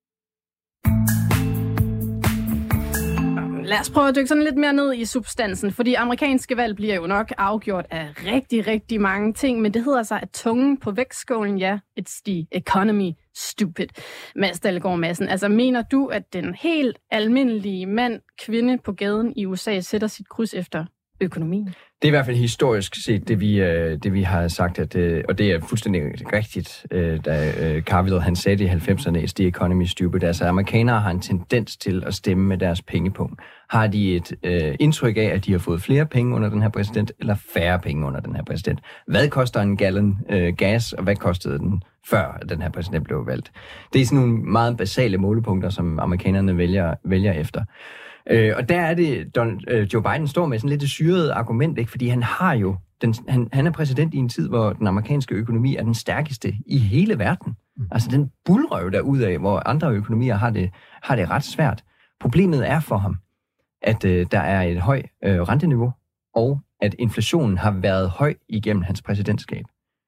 Lad os prøve at dykke sådan lidt mere ned i substansen, fordi amerikanske valg bliver jo nok afgjort af rigtig, rigtig mange ting, men det hedder sig, at tungen på vægtskålen, ja, it's the economy, stupid. Mads Dalgaard Madsen, altså mener du, at den helt almindelige mand, kvinde på gaden i U S A sætter sit kryds efter økonomien? Det er i hvert fald historisk set, det vi, det vi har sagt, at, og det er fuldstændig rigtigt, da Carville han sagde det i halvfemserne, is the economy stupid. Altså amerikanere har en tendens til at stemme med deres pengepunkt. Har de et øh, indtryk af, at de har fået flere penge under den her præsident, eller færre penge under den her præsident? Hvad koster en gallon øh, gas, og hvad kostede den, før den her præsident blev valgt? Det er sådan nogle meget basale målepunkter, som amerikanerne vælger, vælger efter. Øh, og der er det, Donald, øh, Joe Biden står med sådan lidt et syret argument, ikke? Fordi han har jo, den, han, han er præsident i en tid, hvor den amerikanske økonomi er den stærkeste i hele verden. Mm. Altså den buldrøv derudaf, hvor andre økonomier har det, har det ret svært. Problemet er for ham, at øh, der er et højt øh, renteniveau, og at inflationen har været høj igennem hans præsidentskab.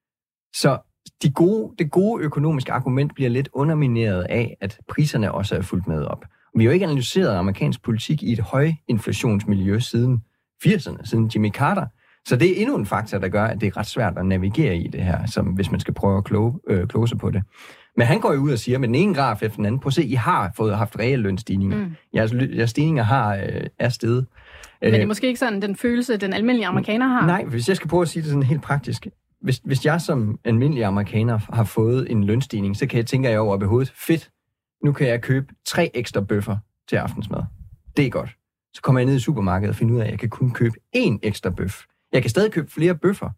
Så de gode, det gode økonomiske argument bliver lidt undermineret af, at priserne også er fulgt med op. Vi har jo ikke analyseret amerikansk politik i et højinflationsmiljø siden firserne, siden Jimmy Carter. Så det er endnu en faktor, der gør, at det er ret svært at navigere i det her, som hvis man skal prøve at kloge, øh, kloge sig på det. Men han går jo ud og siger, med den ene graf efter den anden, prøv at se, I har fået haft reelle lønstigninger. Mm. Jeres, jeres stigninger har, øh, er steget. Men det er måske ikke sådan den følelse, den almindelige amerikaner har? Nej, hvis jeg skal prøve at sige det sådan helt praktisk. Hvis, hvis jeg som almindelig amerikaner har fået en lønstigning, så kan jeg tænke jeg over i hovedet, fedt, nu kan jeg købe tre ekstra bøffer til aftensmad. Det er godt. Så kommer jeg ned i supermarkedet og finder ud af, at jeg kan kun købe én ekstra bøf. Jeg kan stadig købe flere bøffer,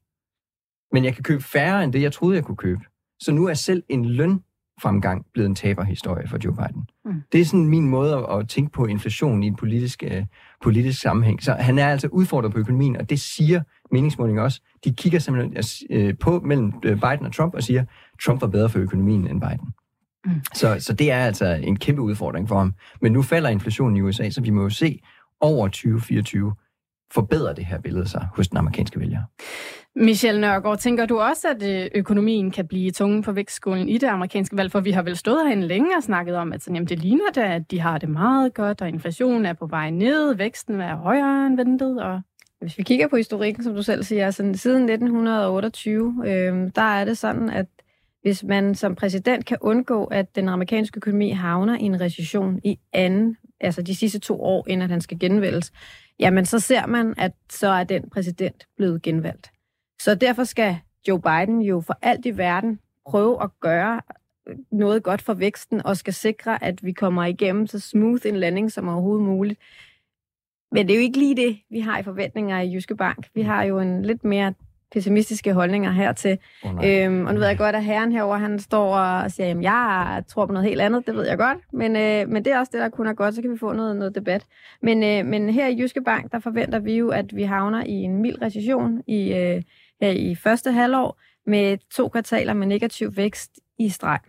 men jeg kan købe færre end det, jeg troede, jeg kunne købe. Så nu er selv en lønfremgang blevet en taberhistorie for Joe Biden. Mm. Det er sådan min måde at, at tænke på inflation i en politisk, uh, politisk sammenhæng. Så han er altså udfordret på økonomien, og det siger meningsmålinger også. De kigger simpelthen uh, på mellem Biden og Trump og siger, Trump var bedre for økonomien end Biden. Mm. Så, så det er altså en kæmpe udfordring for ham. Men nu falder inflationen i U S A, så vi må jo se over tyve fireogtyve forbedrer det her billede sig hos den amerikanske vælger. Michelle Nørgaard, tænker du også, at økonomien kan blive tungen på vægtskålen i det amerikanske valg? For vi har vel stået herinde længe og snakket om, at sådan, jamen, det ligner da, at de har det meget godt, og inflationen er på vej ned, væksten er højere end ventet. Og... Hvis vi kigger på historikken, som du selv siger, sådan, siden nitten otteogtyve, øh, der er det sådan, at hvis man som præsident kan undgå, at den amerikanske økonomi havner i en recession i anden, altså de sidste to år, inden han skal genvælges, jamen så ser man, at så er den præsident blevet genvalgt. Så derfor skal Joe Biden jo for alt i verden prøve at gøre noget godt for væksten, og skal sikre, at vi kommer igennem så smooth en landing som overhovedet muligt. Men det er jo ikke lige det, vi har i forventninger i Jyske Bank. Vi har jo en lidt mere pessimistiske holdninger hertil. Oh, øhm, og nu ved jeg godt, at herren herover han står og siger, at jeg tror på noget helt andet, det ved jeg godt, men, øh, men det er også det, der kun er godt, så kan vi få noget, noget debat. Men, øh, men her i Jyske Bank, der forventer vi jo, at vi havner i en mild recession i, øh, her i første halvår, med to kvartaler med negativ vækst i streg.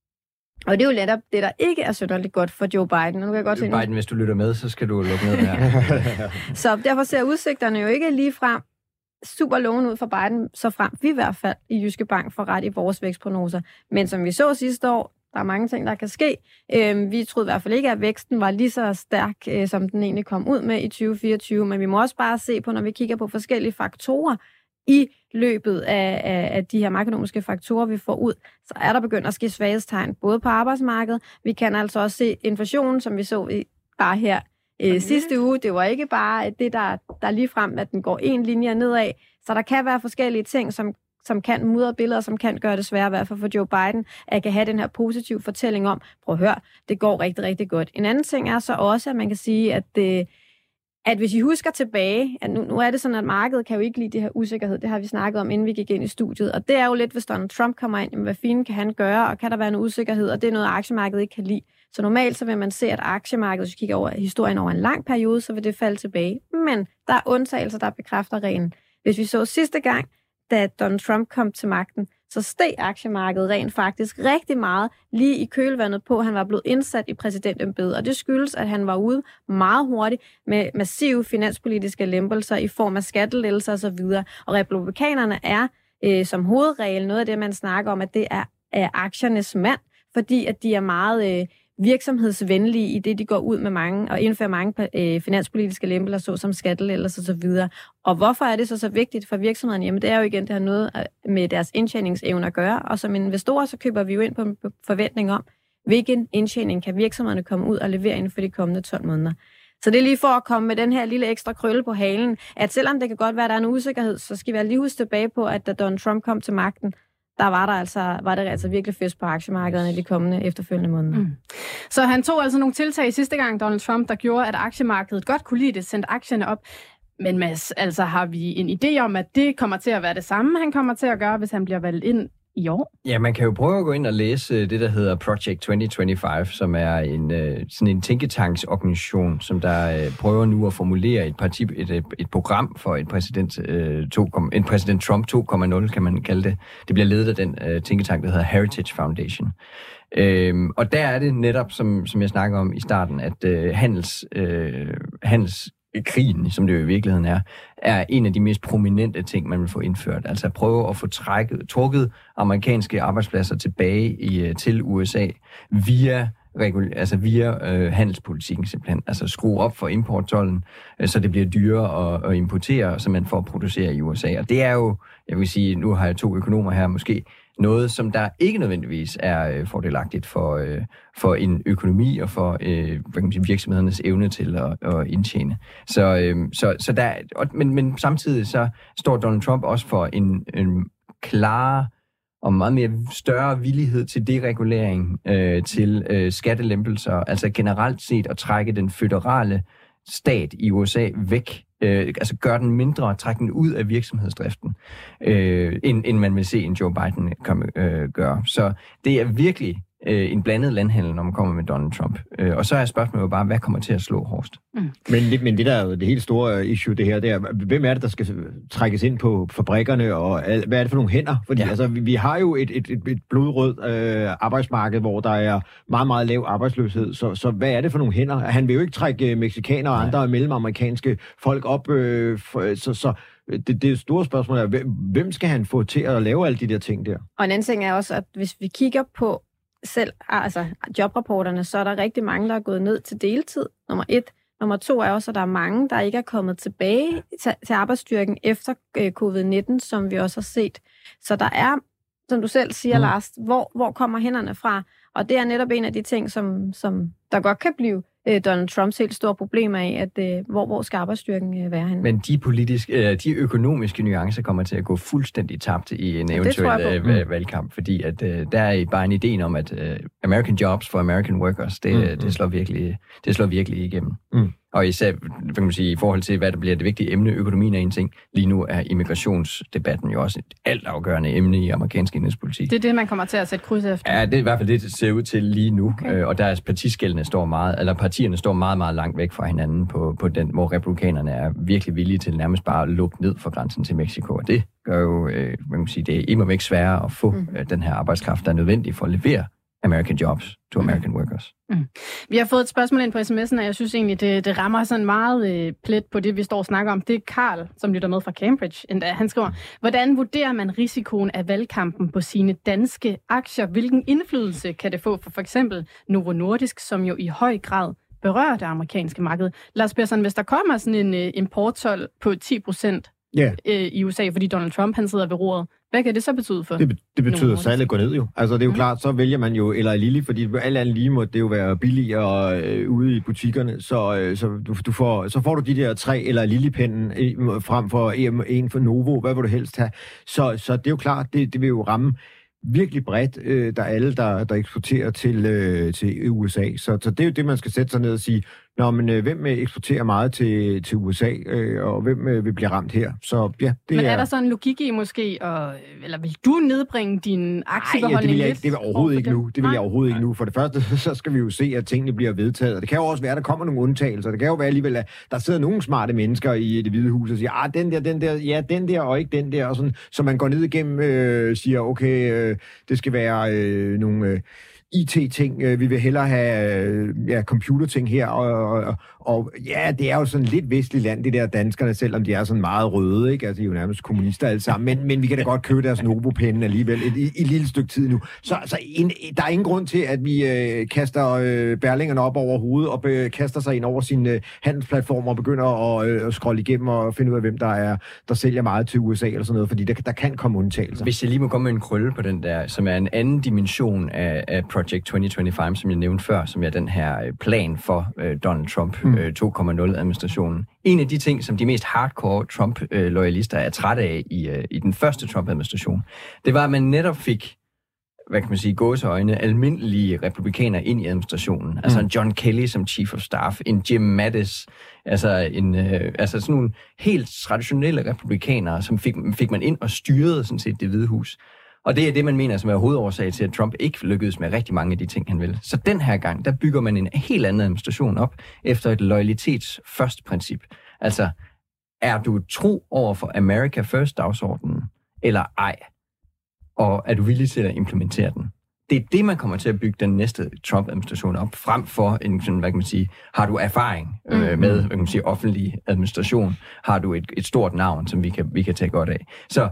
Og det er jo netop det, der ikke er synderligt godt for Joe Biden. Og nu kan jeg godt Biden, hvis du lytter med, så skal du lukke ned her. Så derfor ser udsigterne jo ikke lige frem super lovende ud for Biden, så frem vi i hvert fald i Jyske Bank får ret i vores vækstprognoser. Men som vi så sidste år, der er mange ting, der kan ske. Øhm, vi troede i hvert fald ikke, at væksten var lige så stærk, øh, som den egentlig kom ud med i tyve fireogtyve, men vi må også bare se på, når vi kigger på forskellige faktorer, i løbet af, af, af de her makroøkonomiske faktorer, vi får ud, så er der begyndt at ske svaghedstegn, både på arbejdsmarkedet. Vi kan altså også se inflationen, som vi så i, bare her øh, sidste uge. Det var ikke bare det, der, der lige frem, at den går en linje nedad. Så der kan være forskellige ting, som, som kan mudre billeder, som kan gøre det svært, i hvert fald for Joe Biden, at kan have den her positive fortælling om, prøv at høre, det går rigtig, rigtig godt. En anden ting er så også, at man kan sige, at det at hvis I husker tilbage, at nu, nu er det sådan, at markedet kan jo ikke lide det her usikkerhed, det har vi snakket om, inden vi gik ind i studiet, og det er jo lidt, hvis Donald Trump kommer ind, jamen, hvad fanden kan han gøre, og kan der være en usikkerhed, og det er noget, aktiemarkedet ikke kan lide. Så normalt så vil man se, at aktiemarkedet, hvis vi kigger over historien over en lang periode, så vil det falde tilbage. Men der er undtagelser, der bekræfter reglen. Hvis vi så sidste gang, da Donald Trump kom til magten, så steg aktiemarkedet rent faktisk rigtig meget lige i kølvandet på, at han var blevet indsat i præsidentembedet. Og det skyldes, at han var ude meget hurtigt med massive finanspolitiske lempelser i form af skattelettelser osv. Og republikanerne er øh, som hovedregel noget af det, man snakker om, at det er, er aktiernes mand, fordi at de er meget øh, virksomhedsvenlige i det, de går ud med mange og indfører mange øh, finanspolitiske lempelser, såsom skattelettelser osv. Og hvorfor er det så så vigtigt for virksomhederne? Jamen det er jo igen, det har noget med deres indtjeningsevne at gøre, og som investorer, så køber vi jo ind på en forventning om, hvilken indtjening kan virksomhederne komme ud og levere inden for de kommende tolv måneder. Så det er lige for at komme med den her lille ekstra krølle på halen, at selvom det kan godt være, at der er en usikkerhed, så skal vi lige huske tilbage på, at da Donald Trump kom til magten, der var der altså, var der altså virkelig fest på aktiemarkederne i de kommende efterfølgende måneder. Mm. Så han tog altså nogle tiltag sidste gang, Donald Trump, der gjorde, at aktiemarkedet godt kunne lide det, sendte aktierne op. Men Mads, altså har vi en idé om, at det kommer til at være det samme, han kommer til at gøre, hvis han bliver valgt ind i år? Ja, man kan jo prøve at gå ind og læse det, der hedder Project tyve femogtyve, som er en, sådan en tænketanksorganisation, som der prøver nu at formulere et, parti, et, et program for et præsident, to, en præsident Trump to punkt nul, kan man kalde det. Det bliver ledet af den tænketank, der hedder Heritage Foundation. Øhm, og der er det netop, som, som jeg snakker om i starten, at øh, handels, øh, handels krigen, som det jo i virkeligheden er, er en af de mest prominente ting, man vil få indført. Altså at prøve at få trækket, trukket amerikanske arbejdspladser tilbage i, til U S A via, regul- altså via øh, handelspolitikken simpelthen. Altså skrue op for importtolden, øh, så det bliver dyrere at, at importere, så man får producere i U S A. Og det er jo, jeg vil sige, nu har jeg to økonomer her, måske noget, som der ikke nødvendigvis er øh, fordelagtigt for, øh, for en økonomi og for øh, hvad kan man sige, virksomhedernes evne til at, at indtjene. Så, øh, så, så der, og, men, men samtidig så står Donald Trump også for en, en klar og meget mere større villighed til deregulering, øh, til øh, skattelempelser, altså generelt set at trække den føderale stat i U S A væk, øh, altså gøre den mindre, trække den ud af virksomhedsdriften, øh, end, end man vil se en Joe Biden komme, øh, gøre. Så det er virkelig øh, en blandet landhandel, når man kommer med Donald Trump. Øh, og så er spørgsmålet jo bare, hvad kommer til at slå hårdest? Mm. Men, det, men det der er jo det helt store issue, det her, det er, hvem er det, der skal trækkes ind på fabrikkerne, og hvad er det for nogle hænder? Fordi ja. altså, vi, vi har jo et, et, et, et blodrødt øh, arbejdsmarked, hvor der er meget, meget lav arbejdsløshed, så, så hvad er det for nogle hænder? Han vil jo ikke trække mexikanere og andre mellemamerikanske folk op, øh, for, så... så Det, det store spørgsmål er, hvem skal han få til at lave alle de der ting der? Og en anden ting er også, at hvis vi kigger på selv altså jobrapporterne, så er der rigtig mange, der er gået ned til deltid. Nummer et. Nummer to er også, at der er mange, der ikke er kommet tilbage til, til arbejdsstyrken efter covid nitten, som vi også har set. Så der er, som du selv siger, mm. Lars, hvor, hvor kommer hænderne fra? Og det er netop en af de ting, som, som der godt kan blive Donald Trumps helt store problemer af, at øh, hvor, hvor skal arbejdsstyrken øh, være henne. Men de, politiske, øh, de økonomiske nuancer kommer til at gå fuldstændig tabt i en eventuel øh, valgkamp, fordi at, øh, der er bare en idé om, at øh, American jobs for American workers, det, mm, det, slår, virkelig, det slår virkelig igennem. Mm. Og især, hvad kan man sige, i forhold til, hvad der bliver det vigtige emne, økonomien er en ting. Lige nu er immigrationsdebatten jo også et altafgørende emne i amerikansk indrigspolitik. Det er det, man kommer til at sætte kryds efter? Ja, det er i hvert fald det, det ser ud til lige nu. Okay. Øh, og der er partiskældene står meget, eller partierne står meget, meget langt væk fra hinanden på, på den, hvor republikanerne er virkelig villige til nærmest bare at lukke ned for grænsen til Mexico. Og det gør jo, øh, hvad kan man sige, det er immer væk sværere at få mm. øh, den her arbejdskraft, der er nødvendig for at levere American jobs to American mm. workers. Mm. Vi har fået et spørgsmål ind på sms'en, og jeg synes egentlig, det, det rammer sådan meget øh, plet på det, vi står og snakker om. Det er Karl, som lytter med fra Cambridge. Endda. Han skriver, hvordan vurderer man risikoen af valgkampen på sine danske aktier? Hvilken indflydelse kan det få for for eksempel Novo Nordisk, som jo i høj grad berører det amerikanske marked? Lars Persson, hvis der kommer sådan en øh, importtold på ti procent yeah. øh, i U S A, fordi Donald Trump han sidder ved roret. Hvad kan det så betyde for? Det, det betyder, at salget går ned jo. Altså det er jo mm. klart, så vælger man jo Eli Lilly, fordi alt andet lige må det jo være billigere øh, ude i butikkerne, så, øh, så, du, du får, så får du de der tre Eli Lilly-pennen øh, frem for en, en for Novo, hvad vil du helst have? Så, så det er jo klart, det, det vil jo ramme virkelig bredt, øh, der er alle, der, der eksporterer til, øh, til U S A. Så, så det er jo det, man skal sætte sig ned og sige, nå, men øh, hvem eksporterer meget til, til U S A, øh, og hvem øh, vil blive ramt her? Så ja, det men er, er der så en logik i måske, og, eller vil du nedbringe din aktiebeholdning? Nej, ja, det vil jeg lidt? ikke, det vil overhovedet ikke nu. Det vil jeg overhovedet ikke nu. For det første, så skal vi jo se, at tingene bliver vedtaget. Det kan jo også være, at der kommer nogle undtagelser. Det kan jo være alligevel, at der sidder nogle smarte mennesker i Det Hvide Hus og siger, ah, den der, den der, ja, den der, og ikke den der. Og sådan, så man går ned igennem øh, siger, okay, øh, det skal være øh, nogle Øh, I T-ting, vi vil hellere have ja, computerting her, og, og, og ja, det er jo sådan lidt vestligt land, det der danskerne, selvom de er sådan meget røde, ikke? Altså, de er jo nærmest kommunister alle sammen, men, men vi kan da godt købe deres Novo-penne alligevel et, et, et lille stykke tid nu. Så, så en, der er ingen grund til, at vi øh, kaster øh, Berlingerne op over hovedet, og be, kaster sig ind over sin øh, handelsplatform, og begynder at, øh, at scrolle igennem og finde ud af, hvem der er, der sælger meget til U S A, eller sådan noget, fordi der, der kan komme undtagelser. Hvis jeg lige må komme med en krølle på den der, som er en anden dimension af, af Project tyve femogtyve, som jeg nævnte før, som er den her plan for øh, Donald Trump mm. øh, to punkt nul-administrationen. En af de ting, som de mest hardcore Trump-loyalister er trætte af i, øh, i den første Trump-administration, det var, at man netop fik, hvad kan man sige, gåseøjne, almindelige republikanere ind i administrationen. Mm. Altså en John Kelly som chief of staff, en Jim Mattis, altså, en, øh, altså sådan nogle helt traditionelle republikanere, som fik, fik man ind og styrede sådan set Det Hvide Hus. Og det er det, man mener, som er hovedårsag til, at Trump ikke lykkedes med rigtig mange af de ting, han vil. Så den her gang, der bygger man en helt anden administration op efter et loyalitets-først-princip. Altså, er du tro over for America First-dagsordenen, eller ej? Og er du villig til at implementere den? Det er det, man kommer til at bygge den næste Trump-administration op, frem for en sådan, hvad kan man sige, har du erfaring øh, med, hvad kan man sige, offentlig administration? Har du et, et stort navn, som vi kan, vi kan tage godt af? Så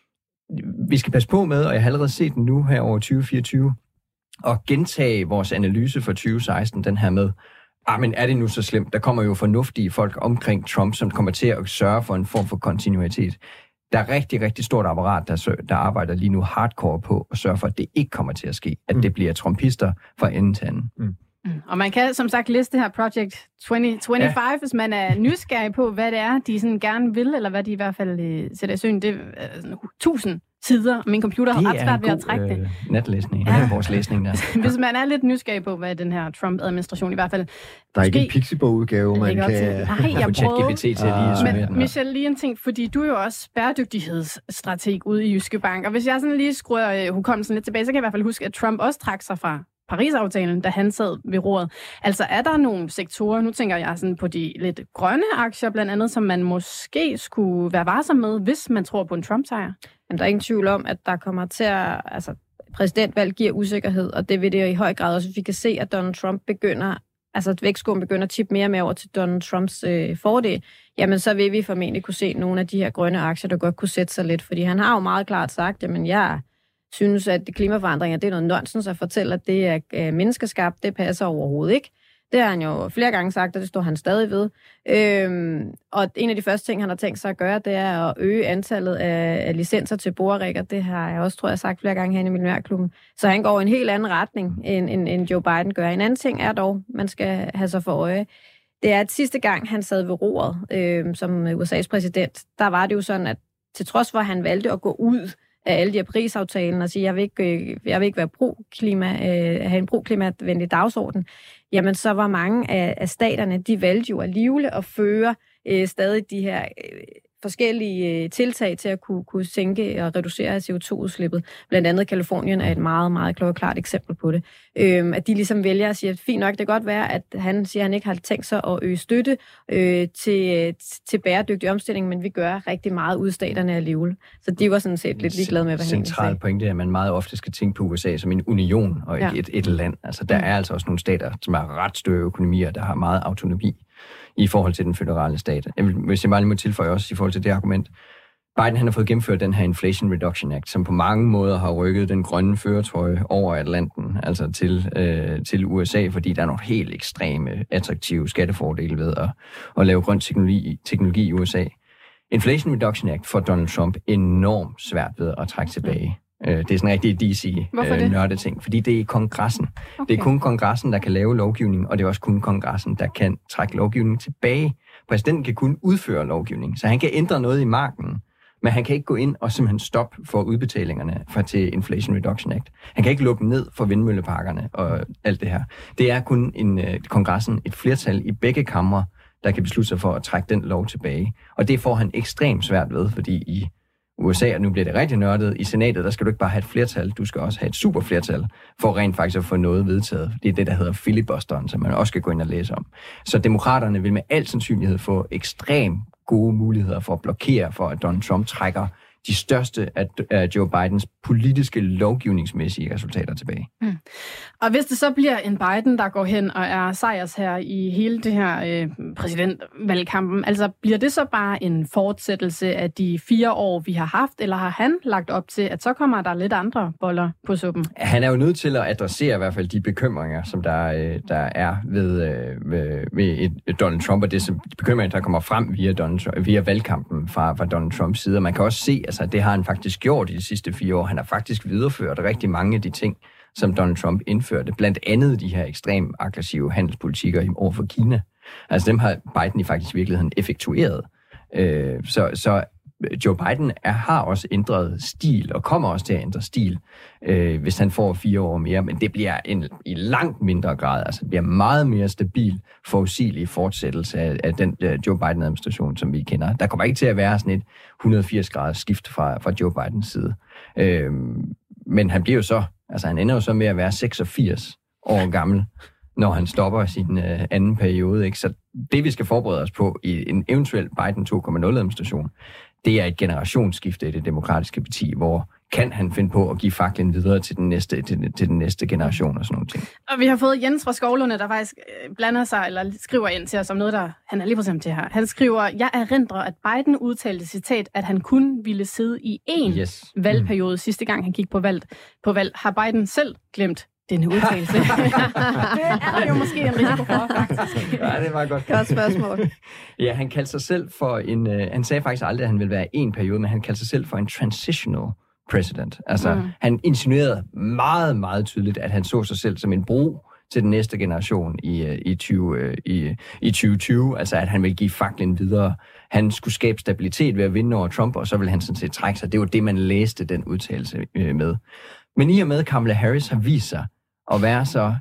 vi skal passe på med, og jeg har allerede set den nu her over tyve fireogtyve, og gentage vores analyse for tyve seksten, den her med, ah, men er det nu så slemt? Der kommer jo fornuftige folk omkring Trump, som kommer til at sørge for en form for kontinuitet. Der er rigtig, rigtig stort apparat, der, der arbejder lige nu hardcore på at sørge for, at det ikke kommer til at ske. At mm. det bliver trumpister fra ende til anden. Mm. Mm. Og man kan som sagt liste det her Project tyve femogtyve, ja. Hvis man er nysgerrig på, hvad det er, de sådan gerne vil, eller hvad de i hvert fald øh, sætter i søen. Det er sådan tusind sider, og min computer har ret svært ved at trække det. Det er en god natlæsning. Ja. Det er vores læsning der. Hvis man er lidt nysgerrig på, hvad den her Trump-administration i hvert fald... Der er ikke en Pixie-bog-udgave, man kan... Nej, jeg prøvede. Til at lige Men Michelle, lige en ting, fordi du er jo også bæredygtighedsstrateg ude i Jyske Bank, og hvis jeg sådan lige skruer hukommelsen lidt tilbage, så kan jeg i hvert fald huske, at Trump også trak sig fra Paris-aftalen, da han sad ved roret. Altså, er der nogle sektorer, nu tænker jeg sådan på de lidt grønne aktier, blandt andet, som man måske skulle være varsom med, hvis man tror på en Trump-sejr? Jamen, der er ingen tvivl om, at der kommer til at... Altså, præsidentvalg giver usikkerhed, og det vil det jo i høj grad også. Vi kan se, at Donald Trump begynder... Altså, at vægtskålen begynder at tippe mere og mere over til Donald Trumps øh, fordel, jamen, så vil vi formentlig kunne se nogle af de her grønne aktier, der godt kunne sætte sig lidt. Fordi han har jo meget klart sagt, jamen, jeg... synes, at klimaforandringer, det er noget nonsens at fortælle, at det er øh, menneskeskabt. Det passer overhovedet ikke. Det har han jo flere gange sagt, og det står han stadig ved. Øhm, og en af de første ting, han har tænkt sig at gøre, det er at øge antallet af, af licenser til borerikker. Det har jeg også, tror jeg, sagt flere gange her i Millionærklubben. Så han går i en helt anden retning, end, end, end Joe Biden gør. En anden ting er dog, man skal have sig for øje, det er, at sidste gang, han sad ved roret øh, som U S A's præsident, der var det jo sådan, at til trods for, at han valgte at gå ud af alle de her Paris-aftalen og sige, jeg vil ikke, jeg vil ikke være pro-klima, øh, have en pro-klimavenlig dagsorden, jamen så var mange af, af staterne, de valgte jo alligevel at føre øh, stadig de her øh, forskellige øh, tiltag til at kunne, kunne sænke og reducere C O to udslippet. Blandt andet Kalifornien er et meget, meget klart eksempel på det. Øh, at de ligesom vælger at sige, at fint nok, det kan godt være, at han siger, at han ikke har tænkt sig at øge støtte øh, til, til bæredygtig omstilling, men vi gør rigtig meget ud staterne alligevel. Så de var sådan set lidt ligeglade med, hvad han egentlig sagde. Central pointe er, at man meget ofte skal tænke på U S A som en union og ikke ja. et, et land. Altså, der er altså også nogle stater, som har ret større økonomier, der har meget autonomi i forhold til den føderale stat. Jeg vil, hvis jeg bare lige må tilføje også i forhold til det argument. Biden han har fået gennemført den her Inflation Reduction Act, som på mange måder har rykket den grønne førertrøje over Atlanten, altså til, øh, til U S A, fordi der er nogle helt ekstreme, attraktive skattefordele ved at, at lave grøn teknologi, teknologi i U S A. Inflation Reduction Act får Donald Trump enormt svært ved at trække tilbage. Mm. Det er sådan en rigtig D C-nørdeting, fordi det er kongressen. Okay. Det er kun kongressen, der kan lave lovgivning, og det er også kun kongressen, der kan trække lovgivningen tilbage. Præsidenten kan kun udføre lovgivning, så han kan ændre noget i marken, men han kan ikke gå ind og simpelthen stoppe for udbetalingerne fra til Inflation Reduction Act. Han kan ikke lukke ned for vindmølleparkerne og alt det her. Det er kun en, uh, kongressen, et flertal i begge kamre, der kan beslutte sig for at trække den lov tilbage. Og det får han ekstremt svært ved, fordi i U S A, og nu bliver det rigtig nørdet, i senatet, der skal du ikke bare have et flertal, du skal også have et superflertal, for rent faktisk at få noget vedtaget. Det er det, der hedder filibusteren, som man også skal gå ind og læse om. Så demokraterne vil med al sandsynlighed få ekstremt gode muligheder for at blokere for, at Donald Trump trækker de største af Joe Bidens politiske lovgivningsmæssige resultater tilbage. Mm. Og hvis det så bliver en Biden, der går hen og er sejrsherre i hele det her øh, præsidentvalgkampen, altså bliver det så bare en fortsættelse af de fire år, vi har haft, eller har han lagt op til, at så kommer der lidt andre boller på suppen? Han er jo nødt til at adressere i hvert fald de bekymringer, som der, øh, der er ved, øh, ved, ved et, et Donald Trump, og det som de bekymringer, der kommer frem via, Donald Trump, via valgkampen fra, fra Donald Trumps side. Og man kan også se, altså det har han faktisk gjort i de sidste fire år. Han har faktisk videreført rigtig mange af de ting, som Donald Trump indførte. Blandt andet de her ekstremt aggressive handelspolitikker over for Kina. Altså dem har Biden i faktisk virkeligheden effektueret. Øh, så, så Joe Biden er, har også ændret stil, og kommer også til at ændre stil, øh, hvis han får fire år mere. Men det bliver en, i langt mindre grad. Altså det bliver meget mere stabil, forudsigelig fortsættelse af, af den uh, Joe Biden-administration, som vi kender. Der kommer ikke til at være sådan et hundrede og firs graders skift fra, fra Joe Bidens side. Øh, men han bliver jo så, altså han ender jo så med at være seksogfirs år gammel, når han stopper sin øh, anden periode. Ikke? Så det, vi skal forberede os på i en eventuel Biden to punkt nul-administration, det er et generationsskifte i det demokratiske parti, hvor kan han finde på at give faklen videre til den næste, til, til den næste generation og sådan nogle ting. Og vi har fået Jens fra Skovlunde, der faktisk blander sig, eller skriver ind til os om noget, der han er lige for eksempel til her. Han skriver, jeg erindrer, at Biden udtalte citat, at han kun ville sidde i én yes. valgperiode mm. sidste gang, han gik på valg. På valg. Har Biden selv glemt denne udtalelse? Det er der jo måske en risiko for, faktisk. Ja, det var godt. Godt spørgsmål. Ja, han kaldte sig selv for en... Uh, han sagde faktisk aldrig, at han ville være en periode, men han kaldte sig selv for en transitional president. Altså, mm. han insinuerede meget, meget tydeligt, at han så sig selv som en bro til den næste generation i, i, tyve, i, i tyve tyve. Altså, at han ville give faklen videre. Han skulle skabe stabilitet ved at vinde over Trump, og så ville han sådan set trække sig. Det var det, man læste den udtalelse med. Men i og med, Kamala Harris har vist sig at være så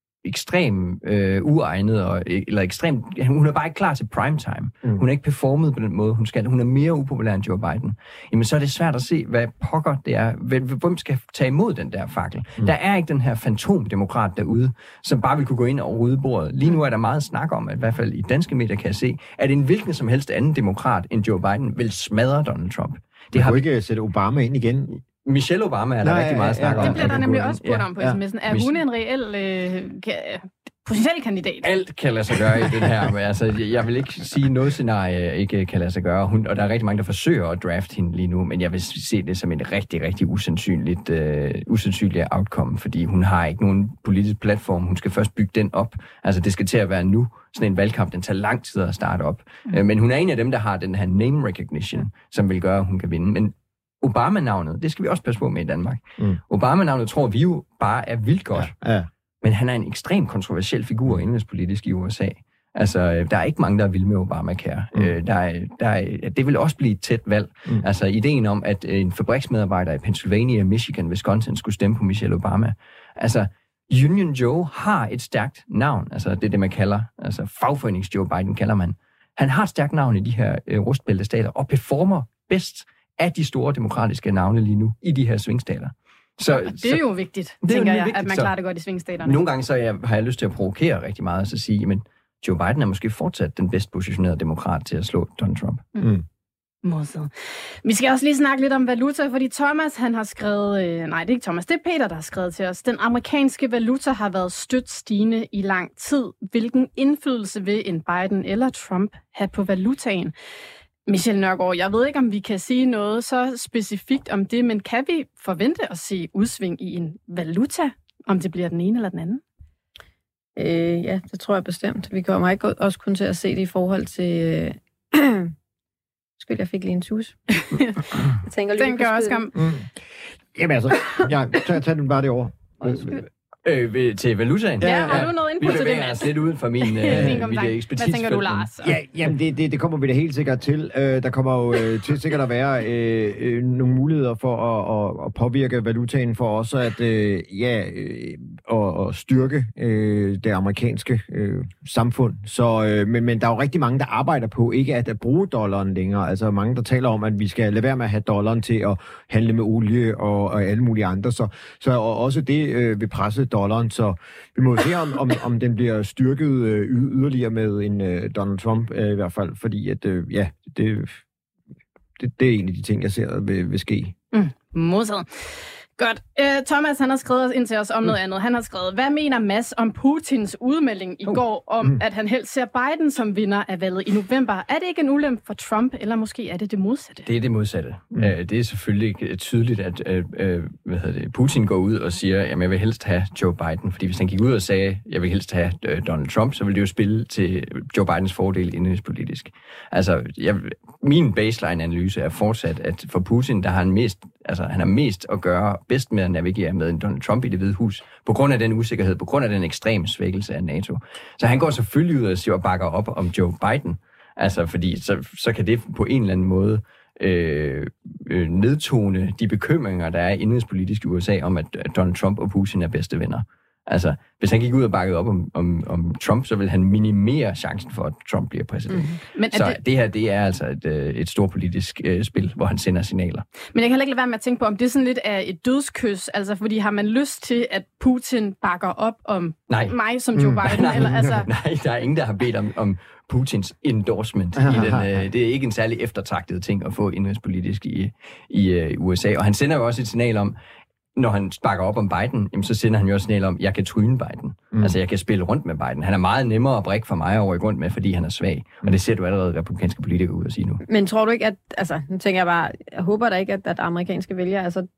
ekstrem øh, uegnet, og, eller ekstrem, hun er bare ikke klar til primetime. Mm. Hun er ikke performet på den måde, hun skal. Hun er mere upopulær end Joe Biden. Jamen, så er det svært at se, hvad pokker det er. Hvem skal tage imod den der fakkel? Mm. Der er ikke den her fantomdemokrat derude, som bare vil kunne gå ind og rydde bordet. Lige nu er der meget snak om, at i hvert fald i danske medier kan jeg se, at en hvilken som helst anden demokrat end Joe Biden vil smadre Donald Trump. Det har vi ikke sætte Obama ind igen. Michelle Obama er der Nej, rigtig meget snak ja, ja, om. Det bliver der nemlig også spurgt om på sms'en. Er ja. hun en reel øh, potentiel kandidat? Alt kan lade sig gøre i den her. Men altså, jeg vil ikke sige, noget scenarie ikke kan lade sig gøre. Hun, og der er rigtig mange, der forsøger at drafte hende lige nu, men jeg vil se det som en rigtig, rigtig usandsynligt, øh, usandsynlig outcome, fordi hun har ikke nogen politisk platform. Hun skal først bygge den op. Altså, det skal til at være nu. Sådan en valgkamp, den tager lang tid at starte op. Mm. Men hun er en af dem, der har den her name recognition, som vil gøre, at hun kan vinde. Men Obama-navnet, det skal vi også passe på med i Danmark. Mm. Obama-navnet tror vi jo bare er vildt godt. Ja, ja. Men han er en ekstremt kontroversiel figur indrigspolitisk i U S A. Altså, der er ikke mange, der er vilde med Obamacare. Mm. Der er, der er, det vil også blive et tæt valg. Mm. Altså, ideen om, at en fabriksmedarbejder i Pennsylvania, Michigan, Wisconsin skulle stemme på Michelle Obama. Altså, Union Joe har et stærkt navn. Altså, det er det, man kalder. Altså, fagforenings-Joe Biden kalder man. Han har et stærkt navn i de her øh, rustbæltestater, og performer bedst af de store demokratiske navne lige nu i de her svingstater. Så, ja, det er jo vigtigt, det tænker jeg, vigtigt, at man klarer det godt i svingstaterne. Nogle gange så jeg, har jeg lyst til at provokere rigtig meget, og så sige, men Joe Biden er måske fortsat den bedst positionerede demokrat til at slå Donald Trump. Mm. Modset. Vi skal også lige snakke lidt om valuta, fordi Thomas, han har skrevet... Øh, nej, det er ikke Thomas, det er Peter, der har skrevet til os. Den amerikanske valuta har været stødt stigende i lang tid. Hvilken indflydelse vil en Biden eller Trump have på valutaen? Michelle Nørgaard, jeg ved ikke, om vi kan sige noget så specifikt om det, men kan vi forvente at se udsving i en valuta, om det bliver den ene eller den anden? Øh, ja, det tror jeg bestemt. Vi kommer ikke også kun til at se det i forhold til... Øh, skuespil. Jeg fik lige en tus. Jeg tænker lige Den gør også kom. Mm. Jamen altså, jeg tager tag den bare det over. Øh, ved, til valutaen? Ja, har du noget input til det, Vi bevæger os lidt uden for min, øh, mit ekspertise. Hvad tænker du, Lars? Ja, jamen det, det, det kommer vi da helt sikkert til. Uh, der kommer jo uh, til sikkert at være uh, uh, nogle muligheder for at, at, at påvirke valutaen for også at uh, ja, uh, at styrke uh, det amerikanske uh, samfund. Så, uh, men, men der er jo rigtig mange, der arbejder på ikke at, at bruge dollaren længere. Altså mange, der taler om, at vi skal lade være med at have dollaren til at handle med olie og, og alle mulige andre. Så, så og også det uh, vil presse dollaren. Så vi må se, om, om, om den bliver styrket uh, yderligere med en uh, Donald Trump uh, i hvert fald, fordi at, uh, ja, det, det, det er en af de ting, jeg ser vil, vil ske. Mm, modtaget. Godt. Uh, Thomas, han har skrevet ind til os om mm. noget andet. Han har skrevet, hvad mener Mads om Putins udmelding i oh. går om, mm. at han helst ser Biden som vinder af valget i november? Er det ikke en ulempe for Trump, eller måske er det det modsatte? Det er det modsatte. Mm. Uh, det er selvfølgelig tydeligt, at uh, uh, hvad hedder det, Putin går ud og siger, at jeg vil helst have Joe Biden, fordi hvis han gik ud og sagde, at jeg vil helst have uh, Donald Trump, så ville det jo spille til Joe Bidens fordel indenrigspolitisk. Altså, jeg, min baseline-analyse er fortsat, at for Putin, der har han mest, altså, han har mest at gøre bedst med at navigere med en Donald Trump i Det Hvide Hus, på grund af den usikkerhed, på grund af den ekstreme svækkelse af NATO. Så han går selvfølgelig ud og siger og bakker op om Joe Biden, altså fordi så, så kan det på en eller anden måde øh, øh, nedtone de bekymringer, der er indenrigspolitisk i U S A om, at Donald Trump og Putin er bedste venner. Altså, hvis han gik ud og bakkede op om, om, om Trump, så vil han minimere chancen for, at Trump bliver præsident. Mm-hmm. Men så det... det her, det er altså et, et stort politisk uh, spil, hvor han sender signaler. Men jeg kan heller ikke lade være med at tænke på, om det sådan lidt er et dødskys, altså fordi har man lyst til, at Putin bakker op om nej. mig som Joe Biden? Nej, eller, altså... nej, der er ingen, der har bedt om, om Putins endorsement. I den, uh, det er ikke en særlig eftertragtet ting at få indrigspolitisk i, i uh, U S A. Og han sender jo også et signal om, når han bakker op om Biden, jamen, så sender han jo også signal om, at jeg kan tryne Biden. Mm. Altså, jeg kan spille rundt med Biden. Han er meget nemmere at brække for mig over i grund med, fordi han er svag. Mm. Og det ser du allerede republikanske politikere ud at sige nu. Men tror du ikke, at... Altså, nu tænker jeg bare... Jeg håber da ikke, at, at amerikanske vælgere... Altså,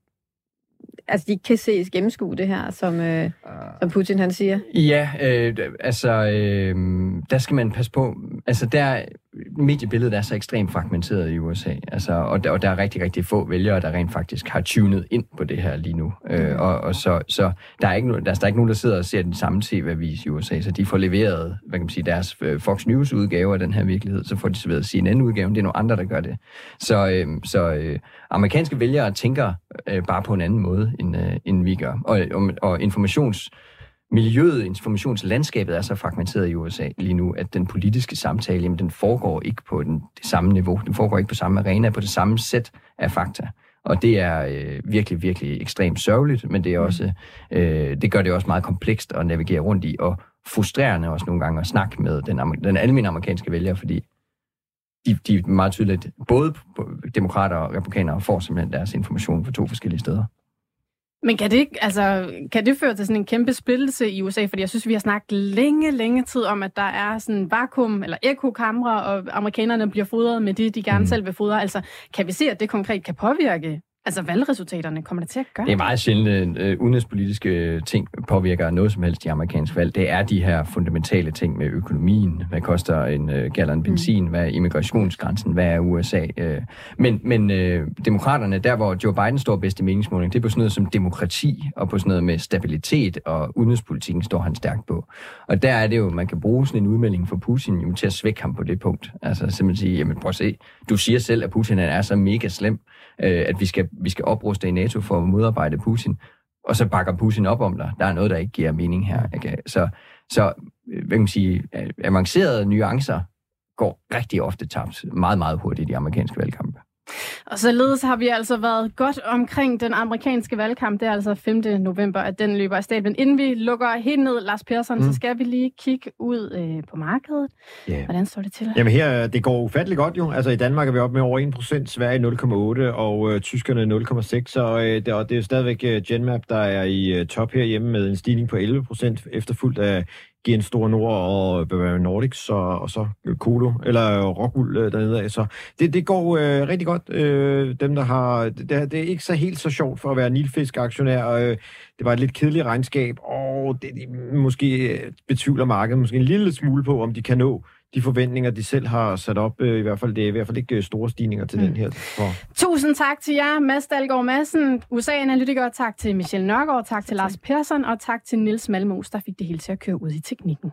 altså, de kan ses gennemskue det her, som, øh, uh. som Putin han siger. Ja, øh, altså... Øh, der skal man passe på... Altså, der... Mediebilledet er så ekstremt fragmenteret i U S A, altså, og, der, og der er rigtig, rigtig få vælgere, der rent faktisk har tunet ind på det her lige nu. Mm. Øh, og, og så, så der er, ikke no, der, der er ikke nogen, der sidder og ser den samme T V-avis i U S A, så de får leveret, hvad kan man sige, deres Fox News-udgave af den her virkelighed, så får de serveret C N N-udgaven, det er nogle andre, der gør det. Så, øh, så øh, amerikanske vælgere tænker øh, bare på en anden måde, end, øh, end vi gør. Og, og, og informations... Miljøet, informationslandskabet er så fragmenteret i U S A lige nu, at den politiske samtale, jamen, den foregår ikke på den, det samme niveau. Den foregår ikke på samme arena, på det samme sæt af fakta. Og det er øh, virkelig, virkelig ekstremt sørgeligt, men det, er også, øh, det gør det også meget komplekst at navigere rundt i, og frustrerende også nogle gange at snakke med den, den almindelige amerikanske vælger, fordi de, de er meget tydeligt, både demokrater og republikanere får simpelthen deres information fra to forskellige steder. Men kan det, ikke, altså, kan det føre til sådan en kæmpe splittelse i U S A? Fordi jeg synes, vi har snakket længe, længe tid om, at der er sådan en vakuum- eller ekokamre, og amerikanerne bliver fodret med det, de gerne mm. selv vil fodre. Altså, kan vi se, at det konkret kan påvirke altså valgresultaterne? Kommer det til at gøre? Det er meget sjældent, at uh, udenrigspolitiske ting påvirker noget som helst i amerikansk valg. Det er de her fundamentale ting med økonomien. Hvad koster en uh, gallon benzin? Mm. Hvad er immigrationsgrænsen? Hvad er U S A? Uh, men men uh, demokraterne, der hvor Joe Biden står bedst i meningsmåling, det er på sådan noget som demokrati, og på sådan noget med stabilitet, og udenrigspolitikken står han stærkt på. Og der er det jo, man kan bruge sådan en udmelding for Putin jo, til at svække ham på det punkt. Altså simpelthen sige, jamen prøv at se, du siger selv, at Putin er så mega slem, at vi skal, vi skal opruste i NATO for at modarbejde Putin, og så bakker Putin op om dig. Der er noget, der ikke giver mening her. Okay? Så, så hvad kan man sige, avancerede nuancer går rigtig ofte tabt meget, meget hurtigt i de amerikanske valgkampe. Og således har vi altså været godt omkring den amerikanske valgkamp. Det er altså femte november, at den løber af stablen. Men inden vi lukker helt ned, Lars Persson, mm. så skal vi lige kigge ud øh, på markedet. Yeah. Hvordan står det til? Jamen her, det går ufatteligt godt jo. Altså i Danmark er vi oppe med over en procent, Sverige nul komma otte og øh, tyskerne nul komma seks. Og, øh, det, og det er jo stadigvæk øh, Genmap, der er i øh, top herhjemme med en stigning på elleve procent, efterfulgt af G N Store Nord og øh, Nordics og, og så Kodo, eller Rockwool øh, dernede af. Så det, det går øh, rigtig godt. Øh, dem, der har... Det, det er ikke så helt så sjovt for at være Nilfisk-aktionær. Og, øh, det var et lidt kedeligt regnskab, og det, de måske betvivler markedet måske en lille smule på, om de kan nå de forventninger, de selv har sat op. Øh, I hvert fald, det er i hvert fald ikke store stigninger til mm. den her. For... Tusind tak til jer, Mads Dalgaard Madsen, U S A-analytiker. Tak til Michelle Nørgaard, tak til Lars Persson, og tak til Niels Malmos, der fik det hele til at køre ud i teknikken.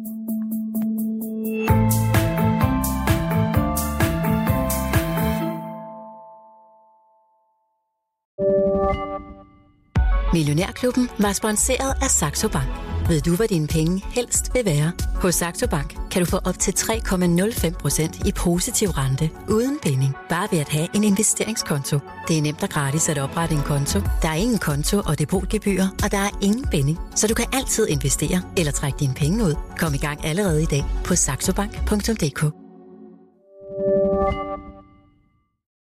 Millionærklubben var sponsoreret af Saxo Bank. Ved du, hvad dine penge helst vil være? Hos Saxo Bank kan du få op til tre komma nul fem procent i positiv rente uden binding. Bare ved at have en investeringskonto. Det er nemt og gratis at oprette en konto. Der er ingen konto- og depotgebyrer, og der er ingen binding. Så du kan altid investere eller trække dine penge ud. Kom i gang allerede i dag på saxobank punktum d k.